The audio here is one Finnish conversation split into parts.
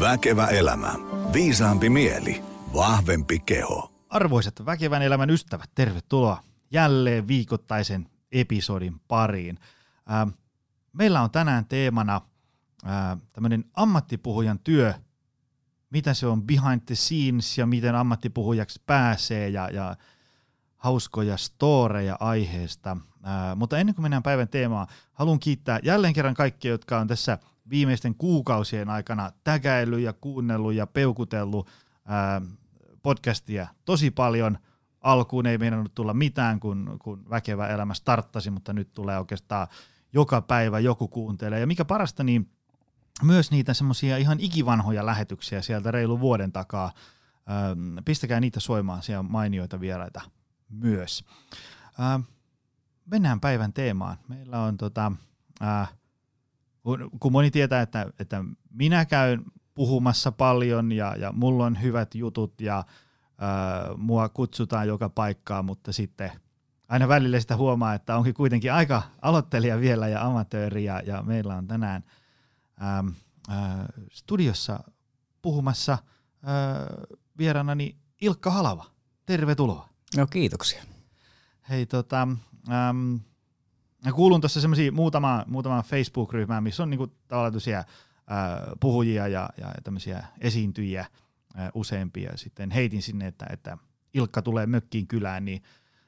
Väkevä elämä. Viisaampi mieli. Vahvempi keho. Arvoisat väkevän elämän ystävät, tervetuloa jälleen viikoittaisen episodin pariin. Meillä on tänään teemana tämmöinen ammattipuhujan työ, mitä se on behind the scenes ja miten ammattipuhujaksi pääsee ja hauskoja storeja aiheesta. Mutta ennen kuin mennään päivän teemaan, haluan kiittää jälleen kerran kaikkia, jotka on tässä viimeisten kuukausien aikana tägäillyt ja kuunnellut ja peukutellut podcastia tosi paljon. Alkuun ei meinannut tulla mitään, kun Väkevä elämä starttasi, mutta nyt tulee oikeastaan joka päivä joku kuuntelee. Ja mikä parasta, niin myös niitä semmoisia ihan ikivanhoja lähetyksiä sieltä reilun vuoden takaa. Pistäkää niitä soimaan, siellä on mainioita vieraita myös. Mennään päivän teemaan. Meillä on kun moni tietää, että minä käyn puhumassa paljon ja mulla on hyvät jutut ja mua kutsutaan joka paikkaan, mutta sitten aina välillä sitä huomaa, että onkin kuitenkin aika aloittelija vielä ja amatööri ja meillä on tänään studiossa puhumassa vieraanani Ilkka Halava. Tervetuloa. No kiitoksia. Hei mä kuulun tuossa semmoisiin muutamaan Facebook-ryhmään, missä on niinku tavallaan puhujia ja tämmöisiä esiintyjiä useampia. Sitten heitin sinne, että Ilkka tulee mökkiin kylään, niin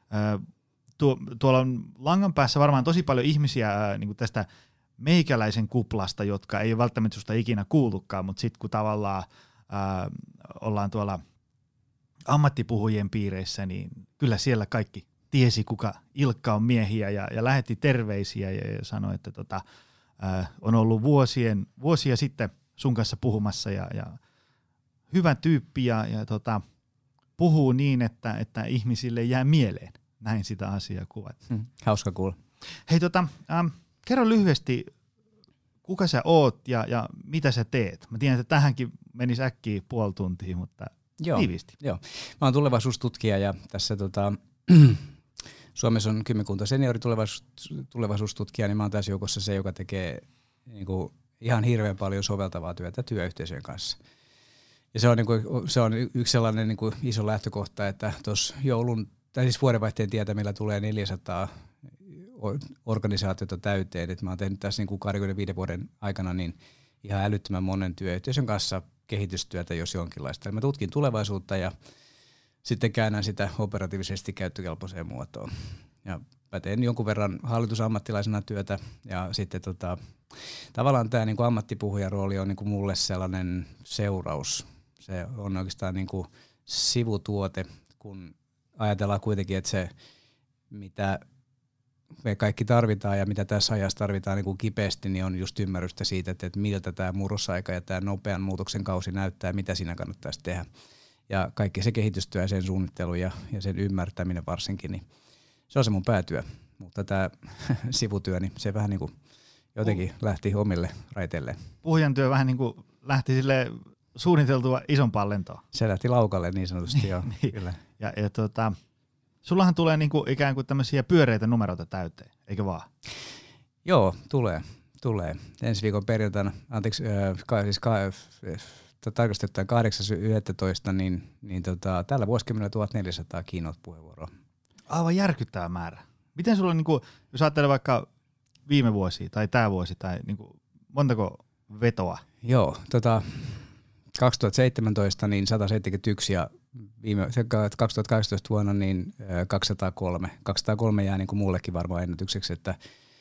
tuolla on langan päässä varmaan tosi paljon ihmisiä niinku tästä meikäläisen kuplasta, jotka ei ole välttämättä susta ikinä kuullutkaan, mutta sitten kun tavallaan ollaan tuolla ammattipuhujien piireissä, niin kyllä siellä kaikki tiesi, kuka Ilkka on miehiä ja lähetti terveisiä ja sanoi, että on ollut vuosia sitten sun kanssa puhumassa ja hyvä tyyppi ja puhuu niin, että ihmisille jää mieleen. Näin sitä asiaa kuvat. Hauska kuulla. Hei kerro lyhyesti, kuka sä oot ja mitä sä teet? Mä tiedän, että tähänkin menisi äkkiä puoli tuntia, mutta tiivisti. Joo. Mä oon tulevaisuustutkija ja tässä Suomessa on kymmenkunta senioritulevaisuustutkijaa, niin mä oon tässä joukossa se, joka tekee niinku ihan hirveän paljon soveltavaa työtä työyhteisöjen kanssa. Ja se on yksi sellainen niinku iso lähtökohta, että tuossa vuodenvaihteen tietämillä tulee 400 organisaatiota täyteen. Et mä oon tehnyt tässä niinku 25 vuoden aikana niin ihan älyttömän monen työyhteisön kanssa kehitystyötä, jos jonkinlaista. Mä tutkin tulevaisuutta ja sitten käännän sitä operatiivisesti käyttökelpoiseen muotoon. Ja mä teen jonkun verran hallitusammattilaisena työtä ja sitten tavallaan tämä niinku ammattipuhujan rooli on niinku mulle sellainen seuraus. Se on oikeastaan niinku sivutuote, kun ajatellaan kuitenkin, että se mitä me kaikki tarvitaan ja mitä tässä ajassa tarvitaan niin kuin kipeästi, niin on just ymmärrystä siitä, että miltä tämä murrosaika ja tämä nopean muutoksen kausi näyttää ja mitä siinä kannattaisi tehdä. Ja kaikki se kehitystyö ja sen suunnittelu ja sen ymmärtäminen varsinkin, niin se on se mun päätyö. Mutta tämä sivutyö, niin se vähän niin kuin jotenkin lähti omille raiteilleen. Puhujan työ vähän niin kuin lähti sille suunniteltua isompaan lentoon. Se lähti laukalle niin sanotusti, joo. Kyllä. Ja sullahan tulee niinku ikään kuin tämmöisiä pyöreitä numeroita täyteen, eikö vaan? Joo, tulee. Ensi viikon perjantaina, tarkastetaan 8.11, niin tällä vuosikymmenellä 1400 keynote-puheenvuoroa. Aivan järkyttävä määrä. Miten sulla, niinku, jos ajattelee vaikka viime vuosi tai tämä vuosi, tai niinku, montako vetoa? Joo, 2017 niin 171 ja 2018 vuonna niin 203. 203 jää niin kuin mullekin varmaan ennätykseksi, että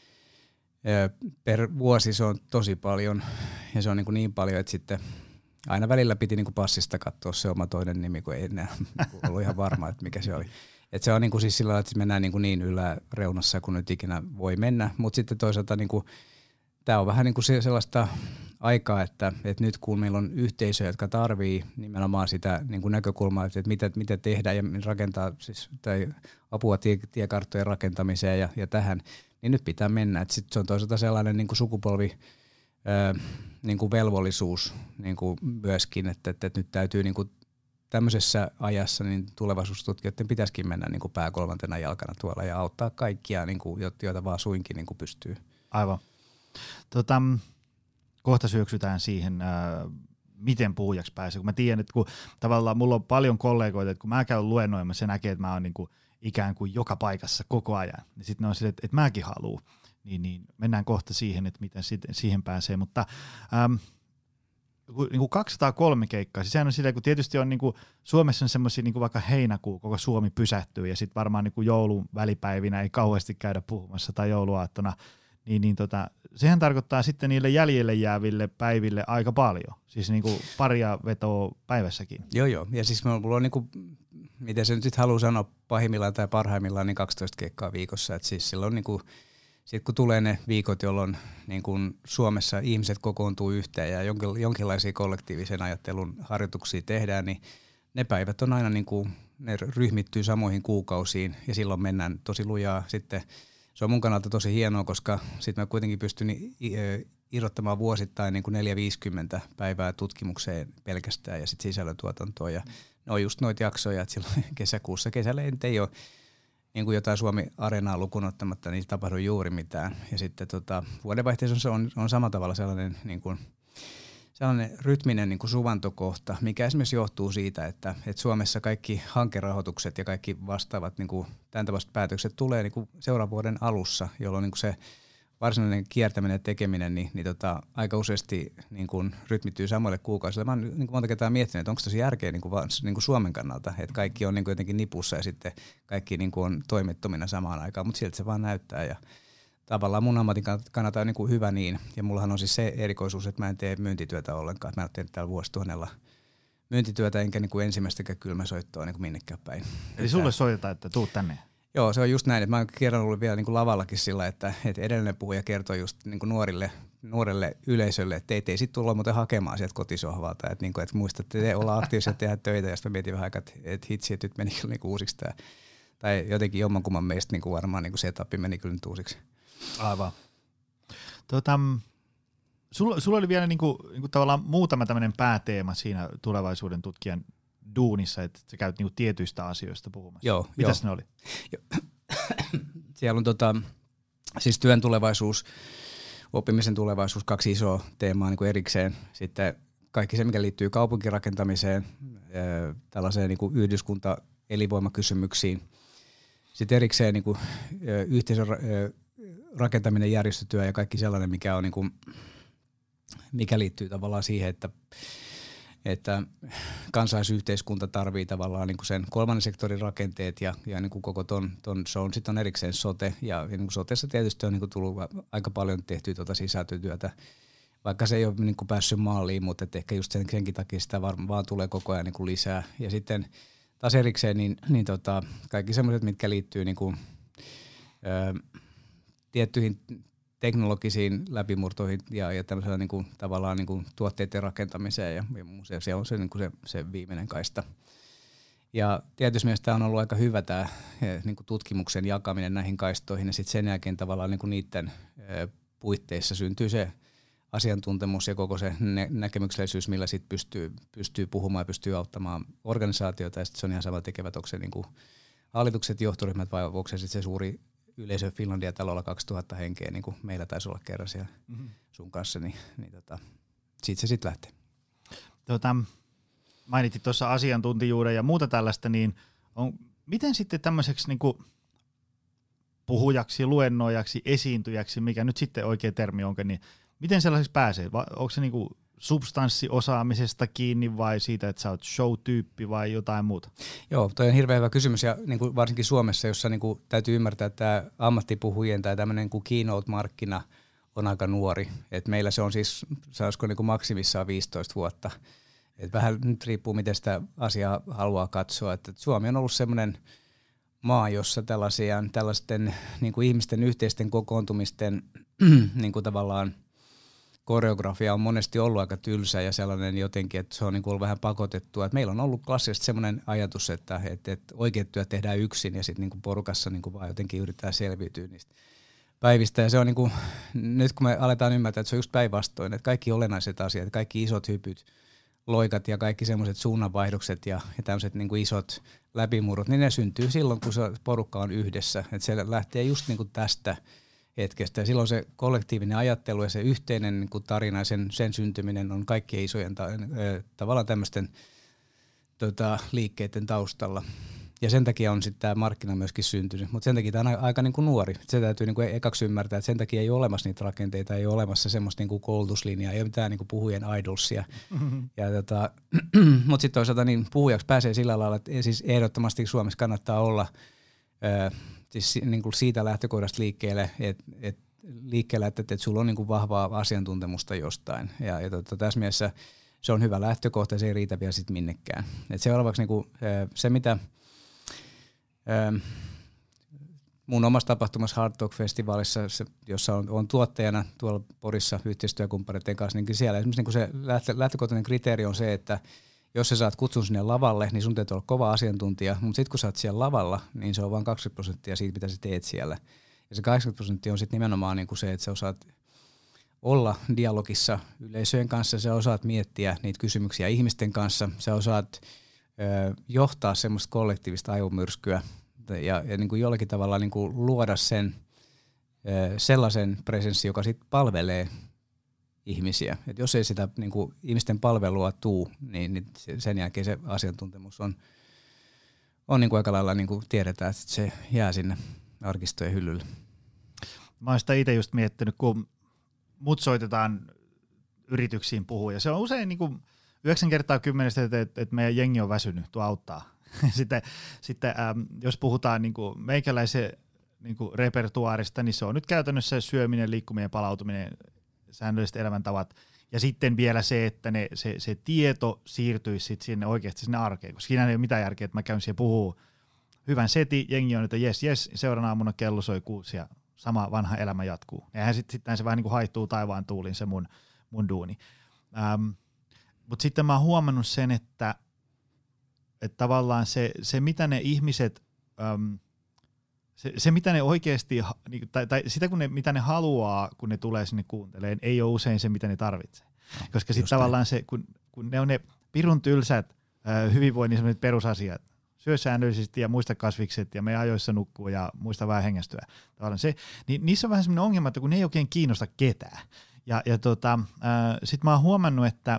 per vuosi se on tosi paljon ja se on niin paljon, että sitten aina välillä piti niin kuin passista katsoa se oma toinen nimi, kun ei enää ollut ihan varma, että mikä se oli. Että se on niin kuin siis sillä lailla, että mennään niin yläreunassa, kun nyt ikinä voi mennä, mutta sitten toisaalta niin kuin, tämä on vähän niin kuin sellaista aikaa, että nyt kun meillä on yhteisöjä, jotka tarvii nimenomaan sitä niin kuin näkökulmaa, että mitä tehdään ja rakentaa siis, tai apua tiekarttojen rakentamiseen ja tähän, niin nyt pitää mennä. Sitten se on toisaalta sellainen niin kuin sukupolvi niin kuin velvollisuus niin kuin myöskin, että nyt täytyy niin kuin tämmöisessä ajassa niin tulevaisuustutkijoiden pitäisikin mennä niin kuin pääkolmantena jalkana tuolla ja auttaa kaikkia, niin kuin, joita vaan suinkin niin kuin pystyy. Aivan. Kohta syöksytään siihen, miten puhujaksi pääsee. Kun mä tiedän, että kun tavallaan mulla on paljon kollegoita, että kun mä käyn luennoimassa, se näkee, että mä oon niin kuin ikään kuin joka paikassa koko ajan. Niin sitten ne on silleen, että mäkin haluan. Niin mennään kohta siihen, että miten siihen pääsee. Mutta niin kuin 203 keikkaa, siis sehän on silleen, kun tietysti on niin kuin, Suomessa on semmoisia niin kuin vaikka heinäkuu, koko Suomi pysähtyy ja sitten varmaan niin kuin joulun välipäivinä ei kauheasti käydä puhumassa tai jouluaattona, sehän tarkoittaa sitten niille jäljelle jääville päiville aika paljon, siis niin kuin paria vetoa päivässäkin. Joo, ja siis mulla on niin kuin, miten se nyt sitten haluaa sanoa pahimmillaan tai parhaimmillaan, niin 12 keikkaa viikossa, että siis silloin niin kuin sitten kun tulee ne viikot, jolloin niin kun Suomessa ihmiset kokoontuu yhteen ja jonkinlaisia kollektiivisen ajattelun harjoituksia tehdään, niin ne päivät on aina niin kuin, ne ryhmittyy samoihin kuukausiin ja silloin mennään tosi lujaa. Sitten se on mun kannalta tosi hienoa, koska sitten mä kuitenkin pystyn irrottamaan vuosittain niin kuin 450 päivää tutkimukseen pelkästään ja sitten sisällöntuotantoon. Ja ne on just noita jaksoja, että silloin kesällä ei ole niin kuin jotain Suomi-areenaa lukuun ottamatta, niin ei tapahdu juuri mitään. Ja sitten vuodenvaihteessa on samalla tavalla sellainen, niin kuin, sellainen rytminen niin kuin suvantokohta, mikä esimerkiksi johtuu siitä, että Suomessa kaikki hankerahoitukset ja kaikki vastaavat niin kuin tämän tapaiset päätökset tulee niin kuin seuraavan vuoden alussa, jolloin niin kuin se varsinainen kiertäminen ja tekeminen niin aika useasti niin kuin rytmittyy samoille kuukausille. Mä oon niin kuin monta kertaa miettinyt, että onko tosi järkeä niin kuin Suomen kannalta, että kaikki on niin kuin jotenkin nipussa ja sitten kaikki niin kuin on toimettomina samaan aikaan, mutta siltä se vaan näyttää. Ja tavallaan mun ammatin kannalta on niin kuin hyvä niin, ja mullahan on siis se erikoisuus, että mä en tee myyntityötä ollenkaan, että mä en ole tehnyt täällä vuosituhannella myyntityötä enkä niin kuin ensimmäistäkään kylmäsoittoa niin kuin minnekään päin. Eli sulle soitetaan, että tuu tänne? Joo, se on just näin, että mä oon kerran ollut vielä niin kuin lavallakin sillä, että edellinen puhuja kertoi just niin kuin nuorelle yleisölle, että ei sit tulla muuten hakemaan sieltä kotisohvalta, että, niin kuin, että muistatte te olla aktiivisia tehdä töitä, ja sitten mä mietin vähän aikaa, että hitsi, että nyt meni kyllä niin kuin uusiksi tämä, tai jotenkin jommankumman meistä niin kuin varmaan niin kuin setup meni kyllä nyt uusiksi. Aivan. Sulla oli vielä niin kuin tavallaan muutama tämmöinen pääteema siinä tulevaisuuden tutkijan duunissa, että sä käyt niinku tietyistä asioista puhumassa. Joo. Mitäs ne oli? Siellä on siis työn tulevaisuus, oppimisen tulevaisuus, 2 isoa teemaa niin kuin erikseen. Sitten kaikki se, mikä liittyy kaupunkirakentamiseen, tällaiseen niin kuin yhdyskunta-elinvoimakysymyksiin. Sitten erikseen niin kuin yhteisön rakentaminen, järjestötyö ja kaikki sellainen, mikä on niin kuin, mikä liittyy tavallaan siihen, että kansalaisyhteiskunta tarvii tavallaan niin kuin sen kolmannen sektorin rakenteet ja niin kuin koko ton shown. Sitten on erikseen sote ja niin kuin sotessa tietysti on niin kuin tullut aika paljon tehtyä sisältötyötä, vaikka se ei ole niin kuin päässyt maaliin, mutta ehkä just senkin takia sitä vaan tulee koko ajan niin kuin lisää. Ja sitten taas erikseen niin kaikki semmoiset, mitkä liittyy niin kuin, tiettyihin teknologisiin läpimurtoihin ja tämmöisellä niin kuin, tavallaan niin kuin tuotteiden rakentamiseen ja se on se, niin kuin se viimeinen kaista. Ja tietysti mielestäni tämä on ollut aika hyvä tämä niin kuin tutkimuksen jakaminen näihin kaistoihin ja sitten sen jälkeen tavallaan niin kuin niiden puitteissa syntyy se asiantuntemus ja koko se näkemyksellisyys, millä sitten pystyy puhumaan ja pystyy auttamaan organisaatioita ja sitten se on ihan sama tekevät, onko se niin kuin hallitukset, johtoryhmät vai onko se sitten se suuri yleisö Finlandia-talolla 2000 henkeä, niin kuin meillä taisi olla kerran siellä sun kanssa, niin siitä se sitten lähtee. Mainitit tuossa asiantuntijuuden ja muuta tällaista, niin miten sitten tämmöiseksi niin kuin puhujaksi, luennoijaksi, esiintyjäksi, mikä nyt sitten oikea termi onkin, niin miten sellaiseksi pääsee? Onko se niin kuin substanssiosaamisesta kiinni vai siitä, että sä oot show-tyyppi vai jotain muuta? Joo, toi on hirveän hyvä kysymys ja niin kuin varsinkin Suomessa, jossa niin kuin täytyy ymmärtää, että tämä ammattipuhujien tai tämmöinen kuin keynote-markkina on aika nuori. Et meillä se on siis, saisiko niin kuin maksimissaan 15 vuotta. Et vähän nyt riippuu, miten sitä asiaa haluaa katsoa. Et Suomi on ollut semmoinen maa, jossa tällaisten niin kuin ihmisten yhteisten kokoontumisten niin kuin tavallaan koreografia on monesti ollut aika tylsä ja sellainen jotenkin, että se on niin kuin ollut vähän pakotettua. Et meillä on ollut klassisesti sellainen ajatus, että oikeat työt tehdään yksin ja sitten niin kuin porukassa niin kuin vaan jotenkin yritetään selviytyä niistä päivistä. Ja se on niin kuin, nyt kun me aletaan ymmärtää, että se on just päinvastoin, että kaikki olennaiset asiat, kaikki isot hypyt, loikat ja kaikki semmoiset suunnanvaihdokset ja tämmöiset niin kuin isot läpimurrot, niin ne syntyy silloin, kun se porukka on yhdessä. Että se lähtee just niin kuin tästä, hetkestä. Ja silloin se kollektiivinen ajattelu ja se yhteinen niin kuin tarina ja sen syntyminen on kaikkien isojen tavallaan tämmöisten liikkeiden taustalla. Ja sen takia on sitten tämä markkina myöskin syntynyt, mutta sen takia tämä on aika niin kuin nuori. Se täytyy niin kuin ekaksi ymmärtää, että sen takia ei ole olemassa niitä rakenteita, ei ole olemassa semmoista niin kuin koulutuslinjaa, ei ole mitään niin kuin puhujien idolsia. Mutta sitten toisaalta niin puhujaksi pääsee sillä lailla, että siis ehdottomasti Suomessa kannattaa olla siis niin kuin siitä lähtökohdasta liikkeelle, että sulla on niin kuin vahvaa asiantuntemusta jostain. Ja tässä mielessä se on hyvä lähtökohta, se ei riitä vielä sitten minnekään. Et seuraavaksi niin kuin, se, mitä mun omassa tapahtumassa Hard Talk-festivaalissa, jossa on tuottajana tuolla Porissa yhteistyökumppaneiden kanssa, niin siellä esimerkiksi niin kuin se lähtökohtainen kriteeri on se, että jos sä saat kutsun sinne lavalle, niin sun täytyy olla kova asiantuntija, mutta sitten kun sä oot siellä lavalla, niin se on vain 20% siitä, mitä sä teet siellä. Ja se 80% on sitten nimenomaan niin kuin se, että sä osaat olla dialogissa yleisöjen kanssa, sä osaat miettiä niitä kysymyksiä ihmisten kanssa, sä osaat johtaa semmoista kollektiivista aivomyrskyä ja niin kuin jollakin tavalla niin kuin luoda sellaisen presenssin, joka sitten palvelee ihmisiä. Et jos ei sitä niin kuin ihmisten palvelua tuu, niin sen jälkeen se asiantuntemus on niin kuin aika lailla niin kuin tiedetään, että se jää sinne arkistojen hyllylle. Mä oon sitä itse just miettinyt, kun mut soitetaan yrityksiin puhua, ja se on usein niin kuin 9 kertaa 10, että meidän jengi on väsynyt, tuo auttaa. Sitten jos puhutaan niin kuin meikäläisen niin kuin repertuaarista, niin se on nyt käytännössä syöminen, liikkuminen, palautuminen, säännölliset elämäntavat, ja sitten vielä se, että se tieto siirtyisi sit sinne oikeasti sinne arkeen, koska siinä ei ole mitään järkeä, että mä käyn siellä puhuu hyvän setin, jengi on, että jes, seuraavana aamuna kello soi 6 ja sama vanha elämä jatkuu. Ja sitten se vähän niin kuin haihtuu taivaan tuulin se mun duuni. Mutta sitten mä oon huomannut sen, että tavallaan se mitä ne ihmiset, se mitä ne oikeasti, tai sitä mitä ne haluaa, kun ne tulee sinne kuuntelemaan, ei ole usein se, mitä ne tarvitsee. Koska sitten tavallaan se, kun ne on ne pirun tylsät hyvinvoinnin sellaiset perusasiat, syö säännöllisesti ja muista kasvikset ja me ajoissa nukkuu ja muista vähän hengästyä. Niin niissä on vähän sellainen ongelma, että kun ne ei oikein kiinnosta ketään. Sitten mä oon huomannut, että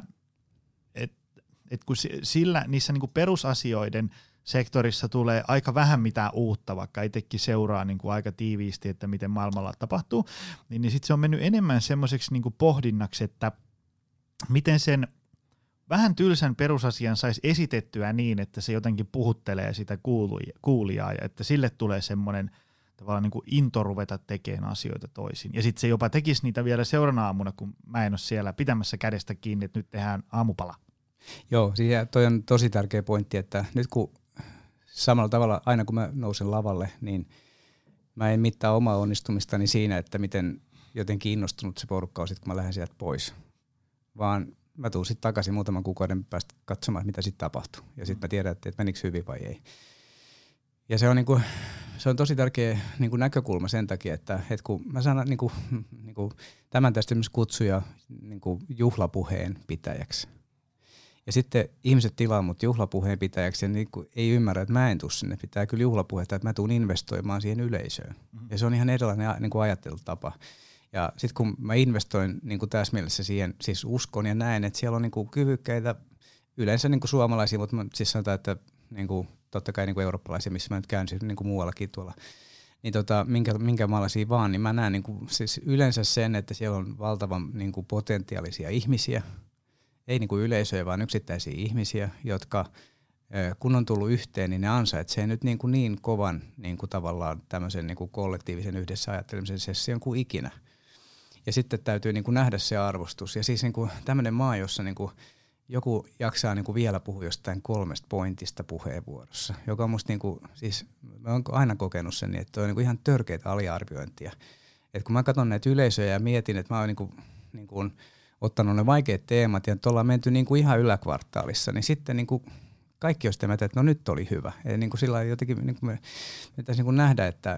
kun niissä niinku perusasioiden sektorissa tulee aika vähän mitään uutta, vaikka itsekin seuraa niinku aika tiiviisti, että miten maailmalla tapahtuu, niin sitten se on mennyt enemmän semmoiseksi niinku pohdinnaksi, että miten sen vähän tylsän perusasian saisi esitettyä niin, että se jotenkin puhuttelee sitä kuulijaa ja että sille tulee semmoinen tavallaan niin kuin into ruveta tekemään asioita toisin. Ja sitten se jopa tekisi niitä vielä seuraavana aamuna, kun mä en ole siellä pitämässä kädestä kiinni, että nyt tehdään aamupala. Joo, siis toi on tosi tärkeä pointti, että nyt kun samalla tavalla aina kun mä nousen lavalle, niin mä en mittaa omaa onnistumistani siinä, että miten jotenkin innostunut se porukka on sit, kun mä lähden sieltä pois, vaan mä tuun sitten takaisin muutaman kuukauden päästä katsomaan, mitä sitten tapahtuu. Ja sitten mä tiedän, että menikö hyvin vai ei. Ja se on tosi tärkeä niinku näkökulma sen takia, että kun mä sanon niinku tämän tästä esimerkiksi kutsuja niinku juhlapuheen pitäjäksi. Ja sitten ihmiset tilaa mut juhlapuheen pitäjäksi ja niinku ei ymmärrä, että mä en tuu sinne. Pitää kyllä juhlapuhetta, että mä tuun investoimaan siihen yleisöön. Mm-hmm. Ja se on ihan erilainen niinku ajattelutapa. Ja sitten kun mä investoin niin tässä mielessä siihen, siis uskon ja näen, että siellä on niin kyvykkäitä, yleensä niin suomalaisia, mutta mä siis sanotaan, että niin totta kai niin eurooppalaisia, missä mä nyt käyn siis niin muuallakin tuolla, niin minkä maalaisia vaan, niin mä näen niin siis yleensä sen, että siellä on valtavan niin potentiaalisia ihmisiä, ei niin yleisöjä, vaan yksittäisiä ihmisiä, jotka kun on tullut yhteen, niin ne ansaitsee nyt niin kovan niin tavallaan tämmöisen niin kollektiivisen yhdessä ajattelemisen session kuin ikinä. Ja sitten täytyy niin kuin nähdä se arvostus. Ja siis niin kuin tämmöinen maa, jossa niin kuin joku jaksaa niin kuin vielä puhua jostain 3 pointista puheenvuorossa, joka on musta, niin kuin, siis mä oon aina kokenut sen, että on niin kuin ihan törkeitä aliarviointia. Et kun mä katson näitä yleisöjä ja mietin, että mä oon niin kuin ottanut ne vaikeat teemat ja ollaan menty niin kuin ihan yläkvartaalissa, niin sitten niin kuin kaikki on sitä mieltä, että no nyt oli hyvä. Eli niin kuin sillä lailla jotenkin niin kuin me pitäisi niin kuin nähdä, että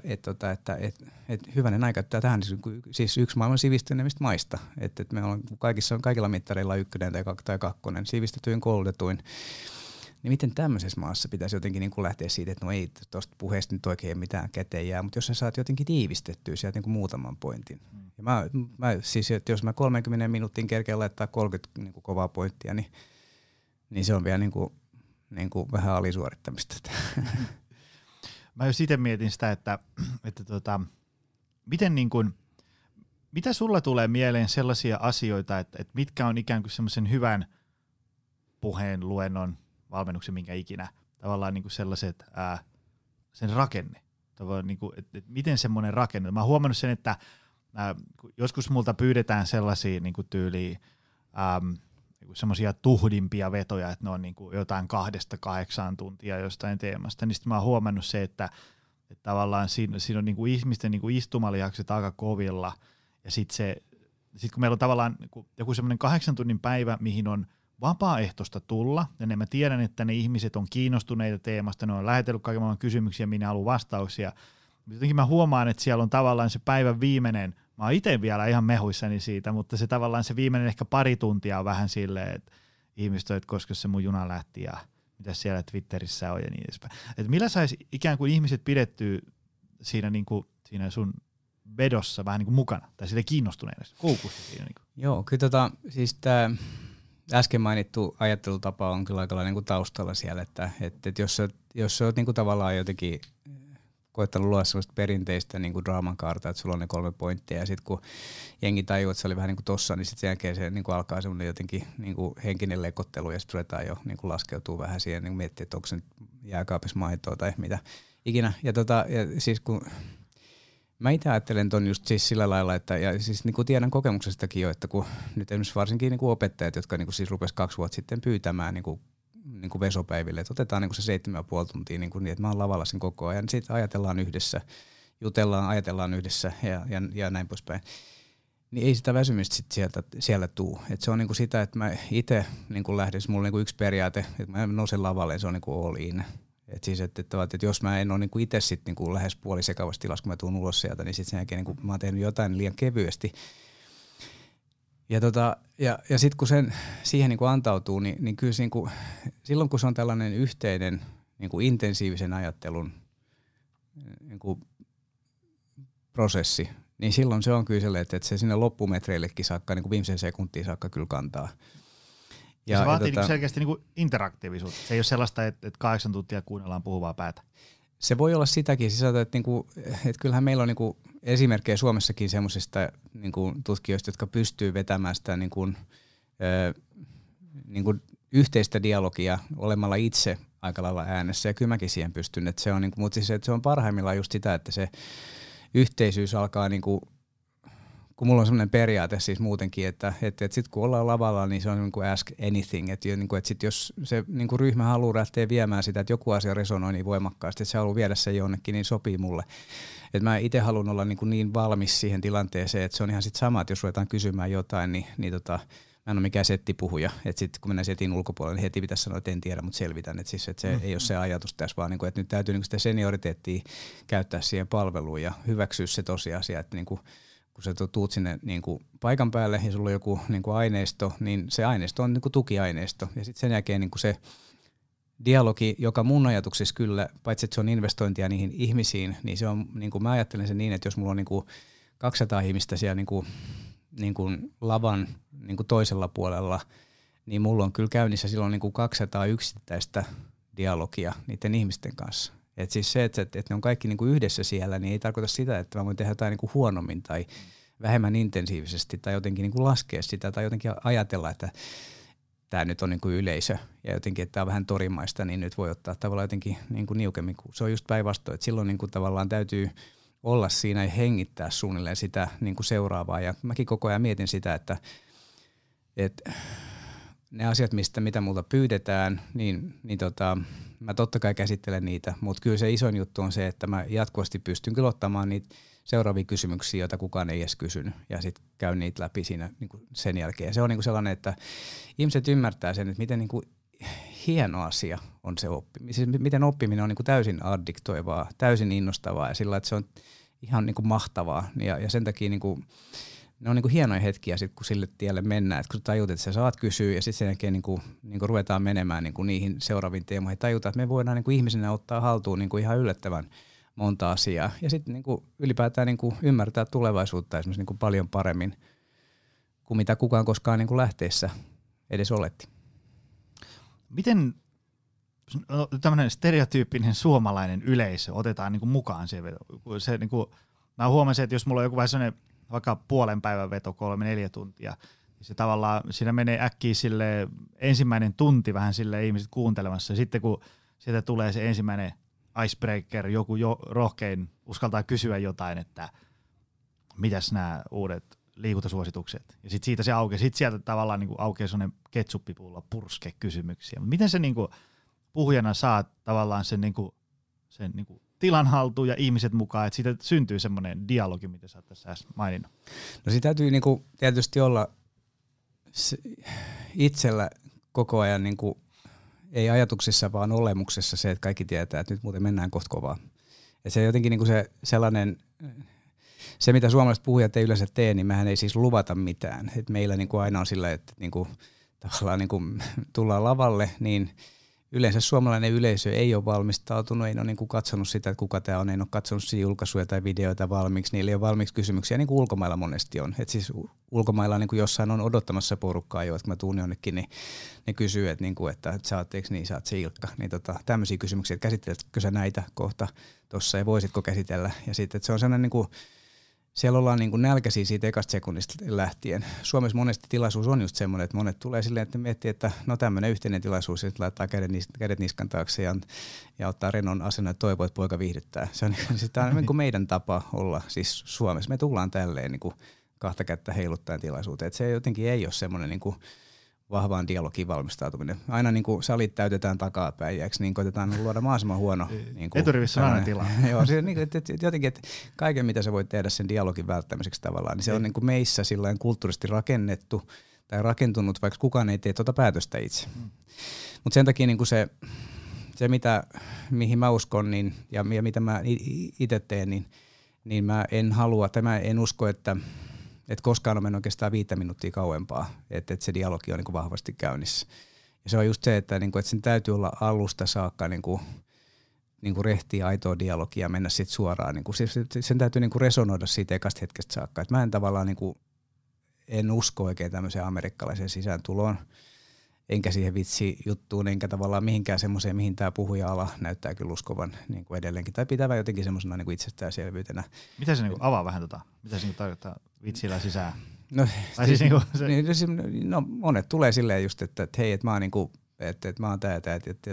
hyvänen aika, että tähän siis yksi maailman sivistyneimmistä maista. Että me ollaan kaikilla mittareilla 1 tai 2, sivistetyin, koulutetuin. niin miten tämmöisessä maassa pitäisi jotenkin niin kuin lähteä siitä, että no ei tuosta puheesta nyt oikein mitään käteen jää, mutta jos sä saat jotenkin tiivistettyä sieltä niin kuin muutaman pointin. Ja mä siis, että jos mä 30 minuuttiin kerkeen laittaa 30 niin kuin kovaa pointtia, niin se on vielä niin kuin vähän alisuorittamista. Mä jos itse mietin sitä, että miten niin kuin, mitä sulla tulee mieleen sellaisia asioita, että mitkä on ikään kuin semmoisen hyvän puheen, luennon, valmennuksen, minkä ikinä, tavallaan niin kuin sellaiset, sen rakenne, tavallaan niin kuin, että miten semmoinen rakenne. Mä oon huomannut sen, että joskus multa pyydetään sellaisia niin kuin tyyliin, semmoisia tuhdimpia vetoja, että ne on niin kuin jotain 2-8 tuntia jostain teemasta, niin sitten mä oon huomannut se, että tavallaan siinä on niin kuin ihmisten niin kuin istumalihakset aika kovilla, ja sitten kun meillä on tavallaan joku semmoinen 8 tunnin päivä, mihin on vapaaehtoista tulla, ja mä tiedän, että ne ihmiset on kiinnostuneita teemasta, ne on lähetellyt kaiken maailman kysymyksiä, minä haluan vastauksia. Jotenkin mä huomaan, että siellä on tavallaan se päivän viimeinen, mä oon itse vielä ihan mehuissani siitä, mutta se tavallaan se viimeinen ehkä pari tuntia on vähän silleen, että ihmiset on, että koska se mun juna lähti ja mitä siellä Twitterissä on ja niin edespäin. Että millä saisi ikään kuin ihmiset pidettyä siinä, niin kuin, siinä sun vedossa vähän niin kuin mukana, tai sille kiinnostuneena, koukussa siinä. Niin kuin. Joo, kyllä siis tämä äsken mainittu ajattelutapa on kyllä aika niin kuin taustalla siellä, että jos sä oot niin kuin tavallaan jotenkin koettanut luoda sellaista perinteistä niin kuin draaman kaarta, että sulla on ne 3 pointtia, ja sitten kun jengi tajuu, että se oli vähän niin kuin tossa, niin sitten sen jälkeen se niin kuin alkaa semmoinen jotenkin niin kuin henkinen lekottelu, ja sitten ruvetaan jo niin kuin laskeutuu vähän siihen, niin miettiä, että onko se nyt jääkaapissa maitoa tai mitä ikinä. Ja siis kun mä itse ajattelen ton just siis sillä lailla, että ja siis niin kuin tiedän kokemuksestakin jo, että kun nyt esimerkiksi varsinkin niin kuin opettajat, jotka niin kuin siis rupesi 2 vuotta sitten pyytämään niin kuin vesopäiville, että otetaan niin kuin se 7,5 tuntia niin, että mä oon lavalla sen koko ajan, sitten ajatellaan yhdessä, jutellaan, ajatellaan yhdessä ja näin poispäin. Niin ei sitä väsymistä sit siellä tuu. Et se on niinku sitä, että mä itse niinku lähden, mulla on niinku yksi periaate, että mä nousen lavalle ja se on niinku all in. Et siis, että jos mä en ole niinku itse sit niinku lähes puolisekavassa tilassa, kun mä tuun ulos sieltä, niin sitten sen jälkeen niinku mä oon tehnyt jotain liian kevyesti. Ja sitten kun siihen niinku antautuu, niin kyllä niinku, silloin kun se on tällainen yhteinen niinku intensiivisen ajattelun niinku prosessi, niin silloin se on kyllä sellainen, että se sinne loppumetreillekin saakka, niinku viimeisen sekuntiin saakka kyllä kantaa. Ja se vaatii selkeästi niinku interaktiivisuutta. Se ei ole sellaista, että 8 tuntia kuunnellaan puhuvaa päätä. Se voi olla sitäkin sisältöä, että kyllähän meillä on niinku esimerkkejä Suomessakin semmoisista niinku tutkijoista, jotka pystyy vetämään sitä niinku yhteistä dialogia olemalla itse aika lailla äänessä, ja kyllä mäkin siihen pystyn. Että se on niinku, mutta siis, että se on parhaimmillaan just sitä, että se yhteisyys alkaa niinku, kun mulla on semmoinen periaate siis muutenkin, että sitten kun ollaan lavalla, niin se on niin kuin ask anything, että sit jos se niin kuin ryhmä haluaa lähteä viemään sitä, että joku asia resonoi niin voimakkaasti, että se haluaa viedä sen jonnekin, niin sopii mulle. Et mä itse haluan olla niin valmis siihen tilanteeseen, että se on ihan sitten sama, että jos ruvetaan kysymään jotain, niin mä en ole mikään settipuhuja, että sitten kun mennään setin ulkopuolelle, niin heti pitäisi sanoa, että en tiedä, mutta selvitän, että siis, että se ei ole se ajatus tässä, vaan niin kuin, että nyt täytyy niin kuin sitä senioriteettia käyttää siihen palveluun ja hyväksyä se tosiasia, että niin kuin, kun sä tuut sinne niin kuin paikan päälle ja sulla on joku niin kuin aineisto, niin se aineisto on niin kuin tukiaineisto. Ja sitten sen jälkeen niin kuin se dialogi, joka mun ajatuksissa kyllä, paitsi että se on investointia niihin ihmisiin, niin se on, niin kuin mä ajattelen sen niin, että jos mulla on niin kuin 200 ihmistä siellä niin kuin lavan niin kuin toisella puolella, niin mulla on kyllä käynnissä silloin niin kuin 200 yksittäistä dialogia niiden ihmisten kanssa. Et siis se, että ne on kaikki niinku yhdessä siellä, niin ei tarkoita sitä, että mä voin tehdä jotain niinku huonommin tai vähemmän intensiivisesti tai jotenkin niinku laskea sitä tai jotenkin ajatella, että tämä nyt on niinku yleisö ja jotenkin, että tämä on vähän torimaista, niin nyt voi ottaa tavallaan jotenkin niinku niukemmin. Se on just päinvastoin, että silloin niinku tavallaan täytyy olla siinä ja hengittää suunnilleen sitä niinku seuraavaa. Ja mäkin koko ajan mietin sitä, että ne asiat, mitä multa pyydetään, niin mä totta kai käsittelen niitä, mutta kyllä se isoin juttu on se, että mä jatkuvasti pystyn kyllä ottamaan niitä seuraavia kysymyksiä, joita kukaan ei edes kysynyt, ja sitten käyn niitä läpi siinä niin kuin sen jälkeen. Ja se on niin kuin sellainen, että ihmiset ymmärtää sen, että miten niin kuin hieno asia on se oppiminen. Siis miten oppiminen on niin kuin täysin addiktoivaa, täysin innostavaa, ja sillä että se on ihan niin kuin mahtavaa, ja sen takia niin kuin ne on niin kuin hienoja hetkiä sit, kun sille tielle mennään, että kun tajut, että sä saat kysyä ja sitten sen jälkeen niin kuin ruvetaan menemään niin kuin niihin seuraaviin teemoihin, tajutaan, että me voidaan niin kuin ihmisenä ottaa haltuun niin kuin ihan yllättävän monta asiaa ja sitten niin kuin ylipäätään niin kuin ymmärtää tulevaisuutta esimerkiksi niin kuin paljon paremmin kuin mitä kukaan koskaan niin kuin lähteessä edes oletti. Miten tämmöinen stereotyyppinen suomalainen yleisö otetaan niin kuin mukaan siihen? Se, niin kuin, mä huomasin, että jos mulla on joku vähän sellainen vaikka puolen päivän veto 3-4 tuntia, niin se tavallaan siinä menee äkkiä sille ensimmäinen tunti vähän sille ihmiset kuuntelemassa. Ja sitten kun sieltä tulee se ensimmäinen icebreaker, joku rohkein uskaltaa kysyä jotain, että mitäs nämä uudet liikuntasuositukset. Ja sitten siitä se aukeaa. Sitten sieltä tavallaan niin kuin aukeaa sellainen ketsuppipullo purske-kysymyksiä. Miten se niin kuin puhujana saa tavallaan sen, niin kuin tilan haltuun ja ihmiset mukaan, että siitä syntyy semmoinen dialogi, mitä sä oot tässä äsken maininnut? No siinä täytyy niin kuin tietysti olla itsellä koko ajan niin kuin, ei ajatuksissa, vaan olemuksessa se, että kaikki tietää, että nyt muuten mennään kohta kovaa. Ja se jotenkin niin kuin se sellainen, se mitä suomalaiset puhujat ei yleensä tee, niin mehän ei siis luvata mitään. Et meillä niin kuin aina on sillä, että niin kuin, tavallaan niin kuin tullaan lavalle, niin yleensä suomalainen yleisö ei ole valmistautunut, ei ole niin kuin katsonut sitä, että kuka tämä on, ei ole katsonut julkaisuja tai videoita valmiiksi, niillä ei ole valmiiksi kysymyksiä, niin kuin ulkomailla monesti on. Et siis ulkomailla niin kuin jossain on odottamassa porukkaa jo, että kun mä tuun jonnekin, niin ne kysyy, että, niin kuin, että sä oot, eikö niin, sä oot se Ilkka. Niin tämmöisiä kysymyksiä, että käsitteletkö sä näitä kohta tuossa ja voisitko käsitellä. Ja sitten, että se on sellainen niin kuin, siellä ollaan niin kuin nälkäisiä siitä ekasta sekunnista lähtien. Suomessa monesti tilaisuus on just semmoinen, että monet tulee silleen, että miettii, että no tämmöinen yhteinen tilaisuus, ja sitten laittaa kädet niskan taakse ja ottaa rennon asennon, että toivoo, että poika viihdyttää. Se on niin kuin meidän tapa olla siis Suomessa. Me tullaan tälleen niin kuin kahta kättä heiluttaen tilaisuuteen. Että se jotenkin ei ole semmoinen niin kuin vahvaan dialogiin valmistautuminen. Aina niin kuin salit täytetään takapäin ja niin koitetaan luoda mahdollisimman huono. Niin eturivissä on aina tilaa. Joo, se, niin, että jotenkin, että kaiken mitä sä voit tehdä sen dialogin välttämiseksi tavallaan, niin se on niin kuin meissä sillain kulttuurisesti rakennettu tai rakentunut, vaikka kukaan ei tee tuota päätöstä itse. Mutta sen takia niin kuin se mihin mä uskon niin, ja mitä mä itse teen, niin mä en halua, tai mä en usko, että koskaan on mennyt oikeastaan 5 minuuttia kauempaa, että se dialogi on niin kuin vahvasti käynnissä. Ja se on just se, että sen täytyy olla alusta saakka niin kuin rehtiä aitoa dialogia ja mennä sitten suoraan. Sen täytyy niin kuin resonoida siitä ekasta hetkestä saakka. Et mä en tavallaan en usko oikein tämmöiseen amerikkalaiseen sisääntuloon, enkä siihen vitsijuttuun, enkä tavallaan mihinkään semmoiseen, mihin tämä puhuja-ala näyttää kyllä uskovan niin kuin edelleenkin. Tai pitävä jotenkin semmoisena niin kuin itsestäänselvyytenä. Mitä se niin kuin avaa vähän mitä se niin kuin tarkoittaa vitsillä sisään? No, siis niin no monet tulee silleen just, että hei, että mä oon niinku, että mä oon tää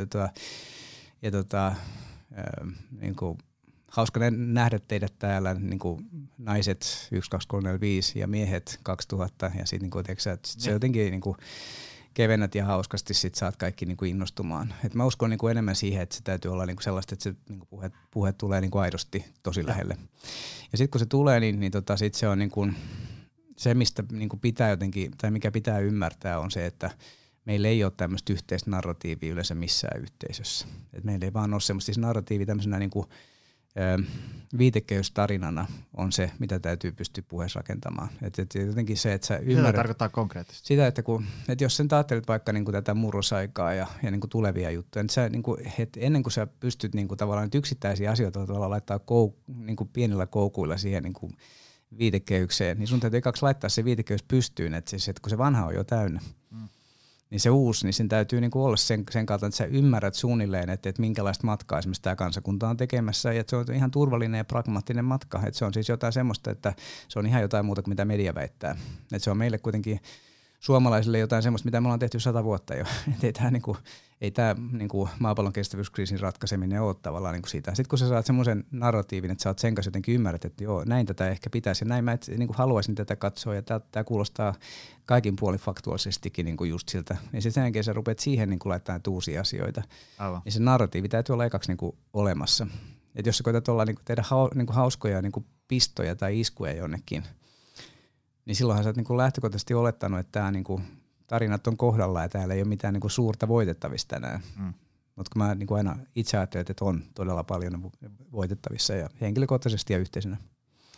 niin kuin hauska nähdä teidät täällä niinku naiset 1, 2, 3, 4, 5 ja miehet 2000 ja sit niinku se jotenkin niinku kevennät ja hauskasti sit saat kaikki niinku innostumaan. Et mä uskon niinku enemmän siihen, että se täytyy olla niinku sellaista, että se niinku puhe tulee niinku aidosti tosi lähelle. Ja sit kun se tulee, niin sit se on niinku se, mistä niinku pitää jotenkin, tai mikä pitää ymmärtää, on se, että meillä ei ole tämmöistä yhteistä narratiivia yleensä missään yhteisössä. Et meillä ei vaan ole semmoista, siis narratiivi tämmöisenä niinku, viitekehystarinana on se, mitä täytyy pystyä puheessa rakentamaan. Et jotenkin se, että sä ymmärrät. Mitä tarkoittaa konkreettisesti? Sitä, että jos sen ajattelet vaikka niinku tätä murrosaikaa ja niinku tulevia juttuja, niin sä, niinku, ennen kuin sä pystyt niinku tavallaan yksittäisiä asioita laittaa niinku pienillä koukuilla siihen niinku viitekehykseen, niin sun täytyy ekaksi laittaa se viitekehys pystyyn, että kun se vanha on jo täynnä, niin se uusi, niin sen täytyy niinku olla sen kautta, että sä ymmärrät suunnilleen, että minkälaista matkaa esimerkiksi tämä kansakunta on tekemässä, ja että se on ihan turvallinen ja pragmaattinen matka, että se on siis jotain semmoista, että se on ihan jotain muuta kuin mitä media väittää, että se on meille kuitenkin suomalaisille jotain semmoista, mitä me ollaan tehty 100 vuotta jo, että ei tämä maapallon kestävyyskriisin ratkaiseminen ole tavallaan niinku siitä. Sitten kun sä saat semmoisen narratiivin, että sä oot sen kanssa jotenkin ymmärrät, että joo, näin tätä ehkä pitäisi ja näin mä niinku haluaisin tätä katsoa ja tämä kuulostaa kaikin puolin faktuaalisestikin niinku just siltä. Ja sitten sen jälkeen sä rupeat siihen niinku laittamaan uusia asioita. Aivan. Ja se narratiivi täytyy olla ekaksi niinku olemassa. Et jos sä koetat olla, niinku tehdä niinku hauskoja niinku pistoja tai iskuja jonnekin, niin silloinhan sä oot niinku lähtökohtaisesti olettanut, että tää niinku tarinat on kohdalla ja täällä ei ole mitään niinku suurta voitettavista enää. Mutta kun mä niinku aina itse ajattelen, että on todella paljon voitettavissa ja henkilökohtaisesti ja yhteisönä.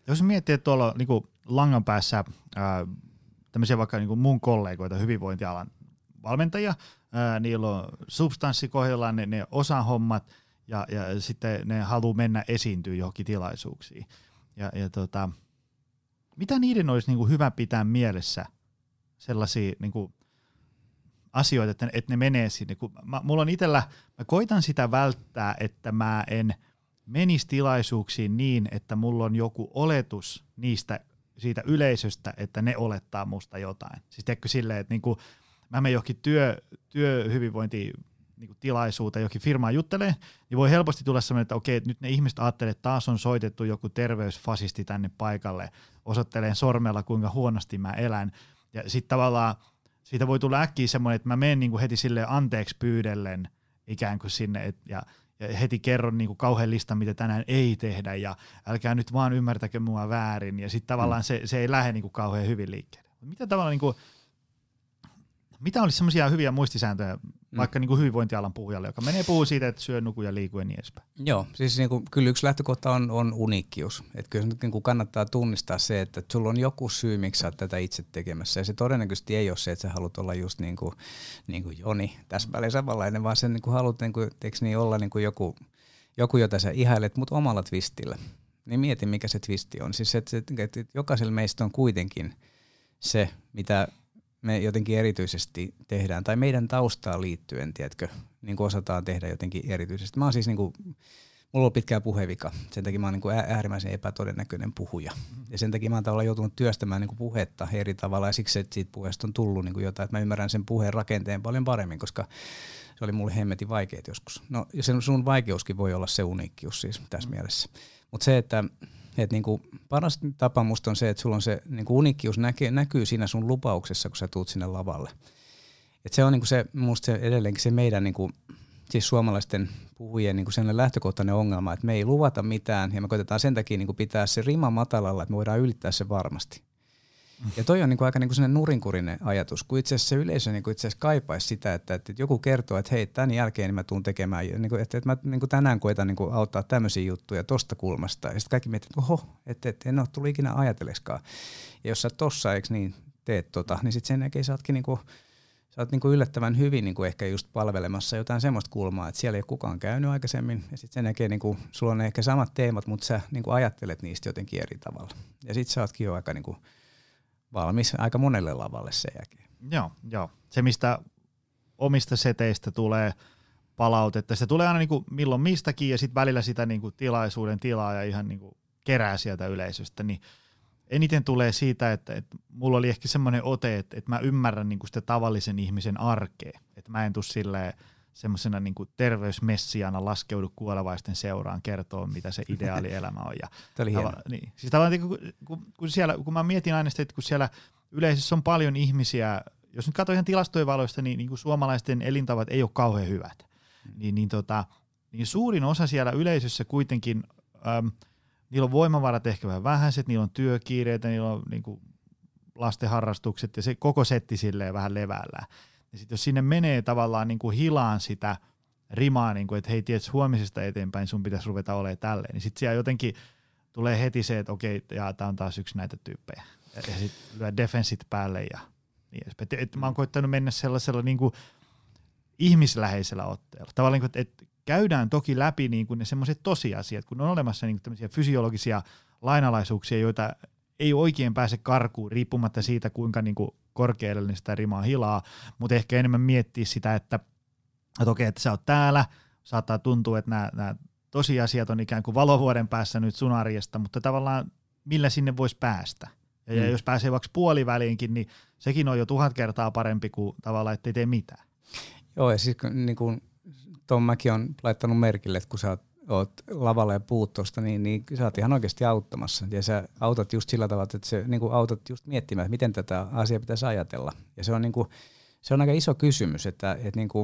Jos miettii, että tuolla niin kuin langan päässä tämmöisiä vaikka niin kuin mun kollegoita, hyvinvointialan valmentajia, niillä on substanssi kohdillaan, ne osaa hommat ja sitten ne haluaa mennä esiintyä johonkin tilaisuuksiin. Mitä niiden olisi niin kuin hyvä pitää mielessä sellaisia niin kuin asioita, että ne menee sinne? Mulla on itsellä, mä koitan sitä välttää, että mä en menisi tilaisuuksiin niin, että mulla on joku oletus siitä yleisöstä, että ne olettaa musta jotain. Siis tiedätkö silleen, että niinku, mä menen johonkin työhyvinvointitilaisuuteen, johonkin firmaan juttelee, niin voi helposti tulla sellainen, että okei, nyt ne ihmiset ajattelee, että taas on soitettu joku terveysfasisti tänne paikalle, osoittelee sormella, kuinka huonosti mä elän. Ja sitten tavallaan siitä voi tulla äkkiä semmoinen, että mä menen niinku heti silleen anteeksi pyydellen ikään kuin sinne, ja heti kerron niinku kauhean listan, mitä tänään ei tehdä, ja älkää nyt vaan ymmärtäkö mua väärin, ja sitten tavallaan se ei lähde niinku kauhean hyvin liikkeelle. Mitä olisi semmoisia hyviä muistisääntöjä vaikka niinku hyvinvointialan puhujalle, joka menee puhuu siitä, että syö, nuku ja liiku ja niin edespäin? Joo, siis niinku, kyllä yksi lähtökohta on uniikkius. Että kyllä niinku kannattaa tunnistaa se, että sulla on joku syy, miksi sä oot tätä itse tekemässä. Ja se todennäköisesti ei ole se, että sä haluat olla just niin kuin Joni täsmälleen samanlainen, vaan sen niinku haluat olla niinku joku, jota sä ihailet, mutta omalla twistillä. Niin mieti, mikä se twisti on. Siis että jokaisella meistä on kuitenkin se, mitä me jotenkin erityisesti tehdään, tai meidän taustaan liittyen, tiedätkö, niin kuin osataan tehdä jotenkin erityisesti. Mä oon siis, mulla on pitkää puhevika, sen takia mä oon äärimmäisen epätodennäköinen puhuja. Ja sen takia mä oon tavallaan joutunut työstämään puhetta eri tavalla, ja siksi että siitä puheesta on tullut jotain, että mä ymmärrän sen puheen rakenteen paljon paremmin, koska se oli mulle hemmetin vaikeet joskus. No, ja sun vaikeuskin voi olla se uniikkius siis tässä mielessä. Mutta se, että paras tapa musta on se, että sulla on se uniikkius näkyy siinä sun lupauksessa, kun sä tuut sinne lavalle. Et se on musta edelleenkin se meidän siis suomalaisten puhujien sellainen lähtökohtainen ongelma, että me ei luvata mitään ja me koitetaan sen takia pitää se rima matalalla, että me voidaan ylittää se varmasti. Ja toi on aika sellainen nurinkurinen ajatus, kun itse asiassa se yleisö itse asiassa kaipaisi sitä, että joku kertoo, että hei, tämän jälkeen mä tuun tekemään, että mä tänään koitan auttaa tämmöisiä juttuja tosta kulmasta. Ja sitten kaikki miettii, että oho, että en ole tullut ikinä ajatelleskaan. Ja jos sä tossa, eikö niin, teet niin sitten sen jälkeen sä oot yllättävän hyvin ehkä just palvelemassa jotain semmoista kulmaa, että siellä ei ole kukaan käynyt aikaisemmin. Ja sitten sen jälkeen sulla on ehkä samat teemat, mutta sä ajattelet niistä jotenkin eri tavalla. Ja sitten sä ootkin jo aika valmis aika monelle lavalle sen jälkeen. Joo. Se, mistä omista seteistä tulee palautetta, se tulee aina milloin mistäkin, ja sitten välillä sitä tilaisuuden tilaa ja ihan kerää sieltä yleisöstä, niin eniten tulee siitä, että mulla oli ehkä semmoinen ote, että mä ymmärrän sitä tavallisen ihmisen arkea, että mä en tule silleen semmoisena terveysmessiana laskeudu kuolevaisten seuraan kertoa, mitä se ideaali elämä on. Tämä oli hieno. Niin. Siis kun mä mietin aina sitä, että kun siellä yleisössä on paljon ihmisiä, jos nyt katsoo ihan tilastojen valoista, niin suomalaisten elintavat ei ole kauhean hyvät. Niin suurin osa siellä yleisössä kuitenkin, niillä on voimavarat ehkä vähän vähäiset, niillä on työkiireitä, niillä on lasten harrastukset ja se koko setti silleen vähän levällään. Ja sitten jos sinne menee tavallaan hilaan sitä rimaa, että hei, tiedätkö, huomisesta eteenpäin sun pitäisi ruveta olemaan tälleen, niin sitten siellä jotenkin tulee heti se, että okei, tämä on taas yksi näitä tyyppejä. Ja sitten lyö defenssit päälle ja niin edespäin. Mä oon koittanut mennä sellaisella ihmisläheisellä otteella. Tavallaan, että käydään toki läpi ne semmoiset tosiasiat, kun on olemassa tämmöisiä fysiologisia lainalaisuuksia, joita ei oikein pääse karkuun, riippumatta siitä, kuinka korkealle sitä rimaa hilaa, mutta ehkä enemmän miettiä sitä, että okei, että sä oot täällä, saattaa tuntua, että nämä tosiasiat on ikään kuin valovuoden päässä nyt sun arjesta, mutta tavallaan millä sinne voisi päästä. Ja jos pääsee vaikka puoliväliinkin, niin sekin on jo 1000 kertaa parempi kuin tavallaan, ettei tee mitään. Joo, ja siis tuon mäkin on laittanut merkille, että kun sä oot lavalla ja puhut tuosta, niin sä oot ihan oikeasti auttamassa. Ja sä autat just sillä tavalla, että sä autat just miettimään, että miten tätä asiaa pitäisi ajatella. Ja se on aika iso kysymys, että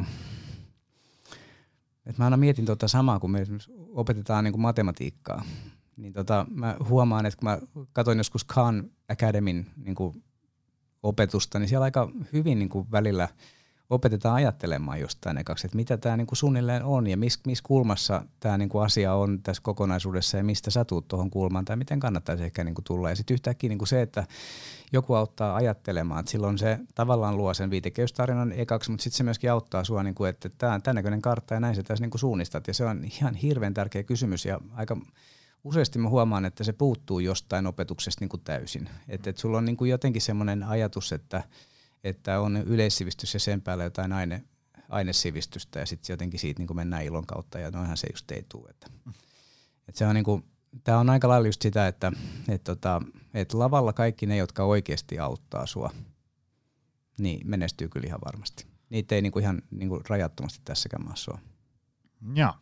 mä aina mietin samaa, kun me opetetaan matematiikkaa. Niin mä huomaan, että kun mä katsoin joskus Khan Academyn opetusta, niin siellä aika hyvin välillä opetetaan ajattelemaan jostain ekaksi, että mitä tämä niinku suunnilleen on ja missä kulmassa tämä niinku asia on tässä kokonaisuudessa ja mistä sä tuut tuohon kulmaan tai miten kannattaisi ehkä niinku tulla. Ja sitten yhtäkkiä niinku se, että joku auttaa ajattelemaan, että silloin se tavallaan luo sen viitekehystarinan ekaksi, mutta sitten se myöskin auttaa sua, niinku, että tämä on tämän näköinen kartta ja näin sä tässä niinku suunnistat. Ja se on ihan hirveän tärkeä kysymys ja aika useasti mä huomaan, että se puuttuu jostain opetuksesta niinku täysin. Että sulla on niinku jotenkin semmoinen ajatus, että on yleissivistys ja sen päällä jotain ainesivistystä ja sitten jotenkin siitä niin kuin mennään ilon kautta ja noinhan se just ei tule. Että se on niin kuin, tää on aika lailla just sitä, että lavalla kaikki ne, jotka oikeasti auttaa sua, niin menestyy kyllä ihan varmasti. Niitä ei niin kuin ihan niin kuin rajattomasti tässäkään maassa ole. Joo.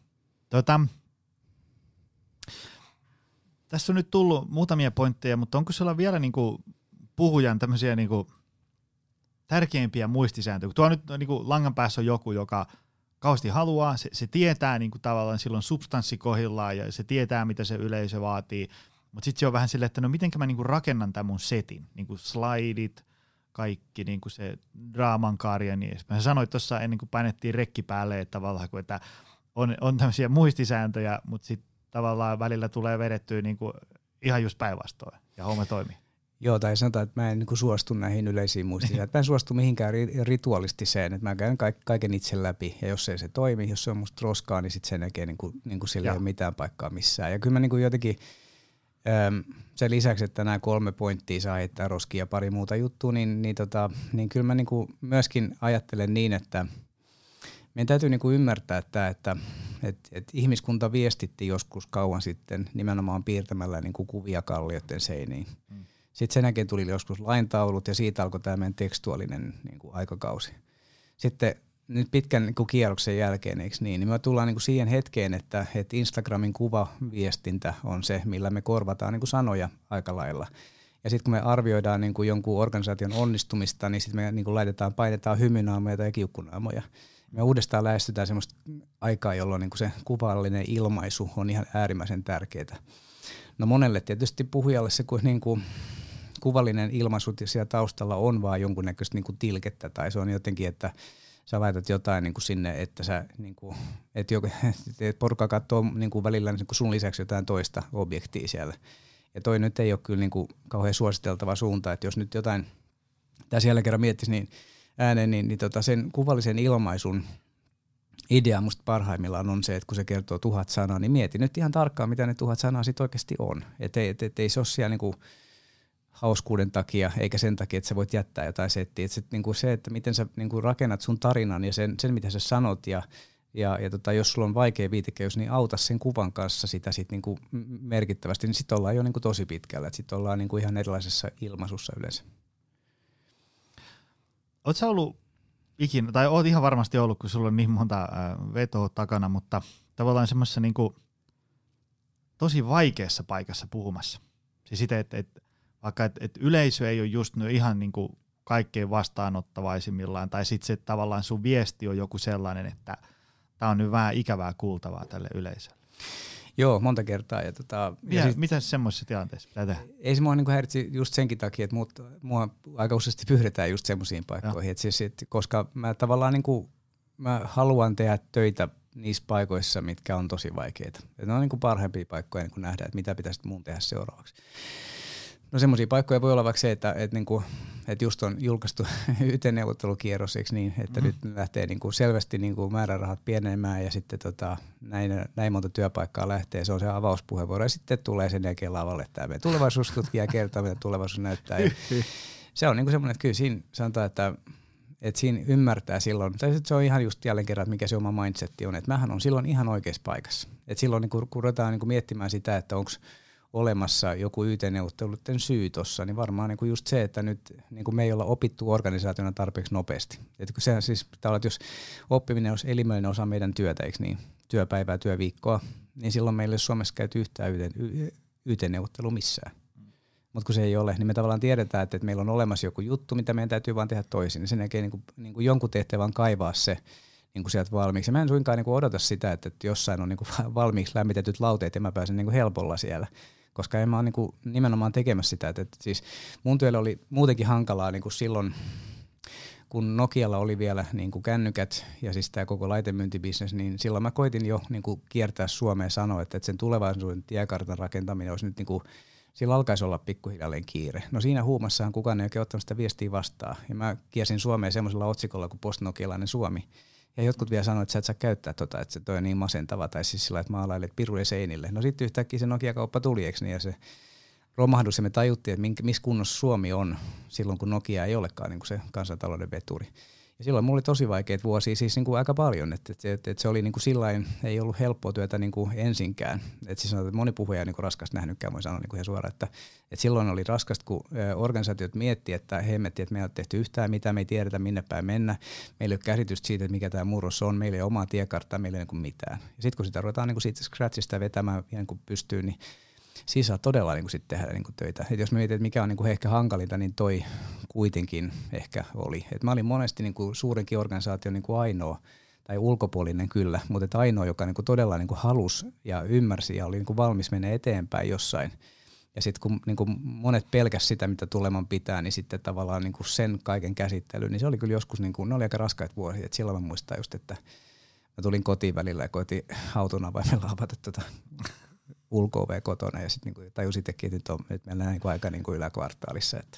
Tässä on nyt tullut muutamia pointteja, mutta onko sulla vielä niin kuin puhujan tämmöisiä niin kuin tärkeimpiä muistisääntöjä? Kun tuo nyt niin kuin langan päässä on joku, joka kauheasti haluaa, se tietää niin kuin tavallaan silloin substanssi kohdillaan ja se tietää, mitä se yleisö vaatii, mutta sitten se on vähän silleen, että no mitenkä mä niin kuin rakennan tämän mun setin, niin kuin slaidit, kaikki niin kuin se draaman kaari ja niin edespäin. Sä sanoit tuossa ennen kuin painettiin rekki päälle, että tavallaan että on tämmöisiä muistisääntöjä, mutta sitten tavallaan välillä tulee vedettyä niin kuin ihan just päinvastoin ja homma toimii. Joo, tai sanotaan, että mä en niin suostu näihin yleisiin muistisääntöihin. Mä en suostu mihinkään ritualistiseen, että mä käyn kaiken itse läpi, ja jos ei se toimi, jos se on musta roskaa, niin sitten sen näkee niin kuin sillä ei ole mitään paikkaa missään. Ja kyllä mä niin kuin jotenkin, sen lisäksi, että nämä 3 pointtia saa heittää roskia ja pari muuta juttua, niin kyllä mä niin kuin myöskin ajattelen niin, että meidän täytyy niin kuin ymmärtää, että ihmiskunta viestitti joskus kauan sitten nimenomaan piirtämällä niin kuin kuvia kallioiden seiniin. Sitten sen jälkeen tuli joskus laintaulut ja siitä alkoi tämä meidän tekstuaalinen niin kuin aikakausi. Sitten nyt pitkän niin kuin kierroksen jälkeen, eikö niin me tullaan niin kuin siihen hetkeen, että Instagramin kuvaviestintä on se, millä me korvataan niin kuin sanoja aika lailla. Ja sitten kun me arvioidaan niin kuin jonkun organisaation onnistumista, niin sitten me niin kuin painetaan hymynaamoja tai kiukkunaamoja. Me uudestaan lähestytään semmoista aikaa, jolloin niin kuin se kuvallinen ilmaisu on ihan äärimmäisen tärkeää. No monelle tietysti puhujalle se niin kuin kuvallinen ilmaisu siellä taustalla on vaan jonkunnäköistä niin kuin tilkettä tai se on jotenkin, että sä laitat jotain niin kuin sinne, että sä niin kuin, että porukka katsoo niin kuin välillä niin kuin sun lisäksi jotain toista objektia siellä. Ja toi nyt ei ole kyllä niin kuin kauhean suositeltava suunta, että jos nyt jotain tässä jälleen kerran miettisi niin ääneen, niin sen kuvallisen ilmaisun idea musta parhaimmillaan on se, että kun se kertoo 1000 sanaa, niin mieti nyt ihan tarkkaan, mitä ne 1000 sanaa sit oikeasti on. Että ei se ole siellä niinku hauskuuden takia, eikä sen takia, että sä voit jättää jotain settiä. Se, että miten sä niinku rakennat sun tarinan ja sen mitä sä sanot ja jos sulla on vaikea viitekehys, niin auta sen kuvan kanssa sitä sit niinku merkittävästi, niin sit ollaan jo niinku tosi pitkällä. Sit ollaan niinku ihan erilaisessa ilmaisussa yleensä. Oot sä ollut ikinä, tai oot ihan varmasti ollut, kun sulla on niin monta vetoa takana, mutta tavallaan semmoisessa niinku tosi vaikeassa paikassa puhumassa. Siis sitä, että vaikka yleisö ei ole just ihan niinku kaikkein vastaanottavaisimmillaan, tai sitten se tavallaan sun viesti on joku sellainen, että tää on nyt vähän ikävää kuultavaa tälle yleisölle. Joo, monta kertaa. Mitä semmoisessa tilanteessa pitää tehdä? Ei se mua niinku häiritsi just senkin takia, että mua aika useasti pyydetään just semmoisiin paikkoihin. Koska mä tavallaan niinku, mä haluan tehdä töitä niissä paikoissa, mitkä on tosi vaikeita. Et ne on niinku parhaimpia paikkoja niin nähdä, että mitä pitäisi mun tehdä seuraavaksi. No semmoisia paikkoja voi olla vaikka se, että just on julkaistu YT-neuvottelukierros, niin, että nyt lähtee niinku selvästi niinku määrärahat pienemään ja sitten näin monta työpaikkaa lähtee. Se on se avauspuheenvuoro ja sitten tulee sen jälkeen lavalle tämä meidän tulevaisuustutkija kertoo, mitä tulevaisuus näyttää. Ja se on niinku semmoinen, että kyllä siinä sanotaan, että siinä ymmärtää silloin, tai se on ihan just jälleen kerran, että mikä se oma mindsetti on, että mähän on silloin ihan oikeassa paikassa. Että silloin niin kun ruvetaan niin miettimään sitä, että onko olemassa joku YT-neuvotteluiden syy tuossa, niin varmaan niin just se, että nyt niin me ei olla opittu organisaationa tarpeeksi nopeasti. Että kun se siis pitää olla, että jos oppiminen olisi elimellinen osa meidän työtä, eikö niin, työpäivää, työviikkoa, niin silloin meillä ei ole Suomessa käyty yhtään YT-neuvottelu missään. Mutta kun se ei ole, niin me tavallaan tiedetään, että meillä on olemassa joku juttu, mitä meidän täytyy vaan tehdä toisin. Sen jälkeen niin kuin jonkun tehtävän kaivaa se niin kuin sieltä valmiiksi. Ja mä en suinkaan niin kuin odota sitä, että jossain on niin kuin valmiiksi lämmitetyt lauteet ja mä pääsen niin kuin helpolla siellä. Koska en mä ole niin kuin nimenomaan tekemässä sitä. Että siis mun työllä oli muutenkin hankalaa niin kuin silloin, kun Nokialla oli vielä niin kuin kännykät ja siis tämä koko laitemyyntibisnes, niin silloin mä koitin jo niin kuin kiertää Suomea ja sanoa, että sen tulevaisuuden tiekartan rakentaminen olisi nyt niin kuin, sillä alkaisi olla pikkuhiljalleen kiire. No siinä huumassahan kukaan ei oikein ottanut sitä viestiä vastaan. Ja mä kiersin Suomea semmoisella otsikolla kuin postnokialainen Suomi. Ja jotkut vielä sanoivat, että sä et saa käyttää että se toi on niin masentava, tai siis sillä, että maalailet piruja seinille. No sitten yhtäkkiä se Nokia-kauppa tuli, eikö niin, ja se romahdus, ja me tajuttiin, että missä kunnossa Suomi on silloin, kun Nokia ei olekaan niin kuin se kansantalouden veturi. Ja silloin mulla oli tosi vaikeita vuosia, siis niin kuin aika paljon, että se oli niin kuin sillain, ei ollut helppoa työtä niin kuin ensinkään. Että siis sanotaan, että moni puhuja ei niin kuin raskasta nähnytkään, voi sanoa niin kuin ihan suoraan, että silloin oli raskasta, kun organisaatiot miettii, että hemmetti, että me ei ole tehty yhtään mitään, me ei tiedetä minne päin mennä, meillä ei ole käsitystä siitä, että mikä tämä murros on, meillä ei ole omaa tiekarttaa, meillä ei ole niin mitään. Ja sitten kun sitä ruvetaan niin kuin siitä scratchista vetämään ja niin kuin pystyy, niin siinä saa todella niin kuin sit tehdä niin kuin töitä. Et jos mietit, että mikä on niin kuin ehkä hankalinta, niin toi kuitenkin ehkä oli. Et mä olin monesti niin kuin suurenkin organisaation niin kuin ainoa, tai ulkopuolinen kyllä, mutta ainoa, joka niin kuin todella niin kuin halusi ja ymmärsi ja oli niin kuin valmis mennä eteenpäin jossain. Ja sitten kun niin kuin monet pelkäs sitä, mitä tuleman pitää, niin sitten tavallaan niin kuin sen kaiken käsittely, niin se oli kyllä joskus, niin kuin, ne oli aika raskaita vuosia. Et silloin mä muistan just, että mä tulin kotiin välillä ja koitin auton avaimella avata ulko-ove kotona ja sitten niinku tajusin itsekin, että nyt mennään niinku aika niinku yläkvartaalissa. Että.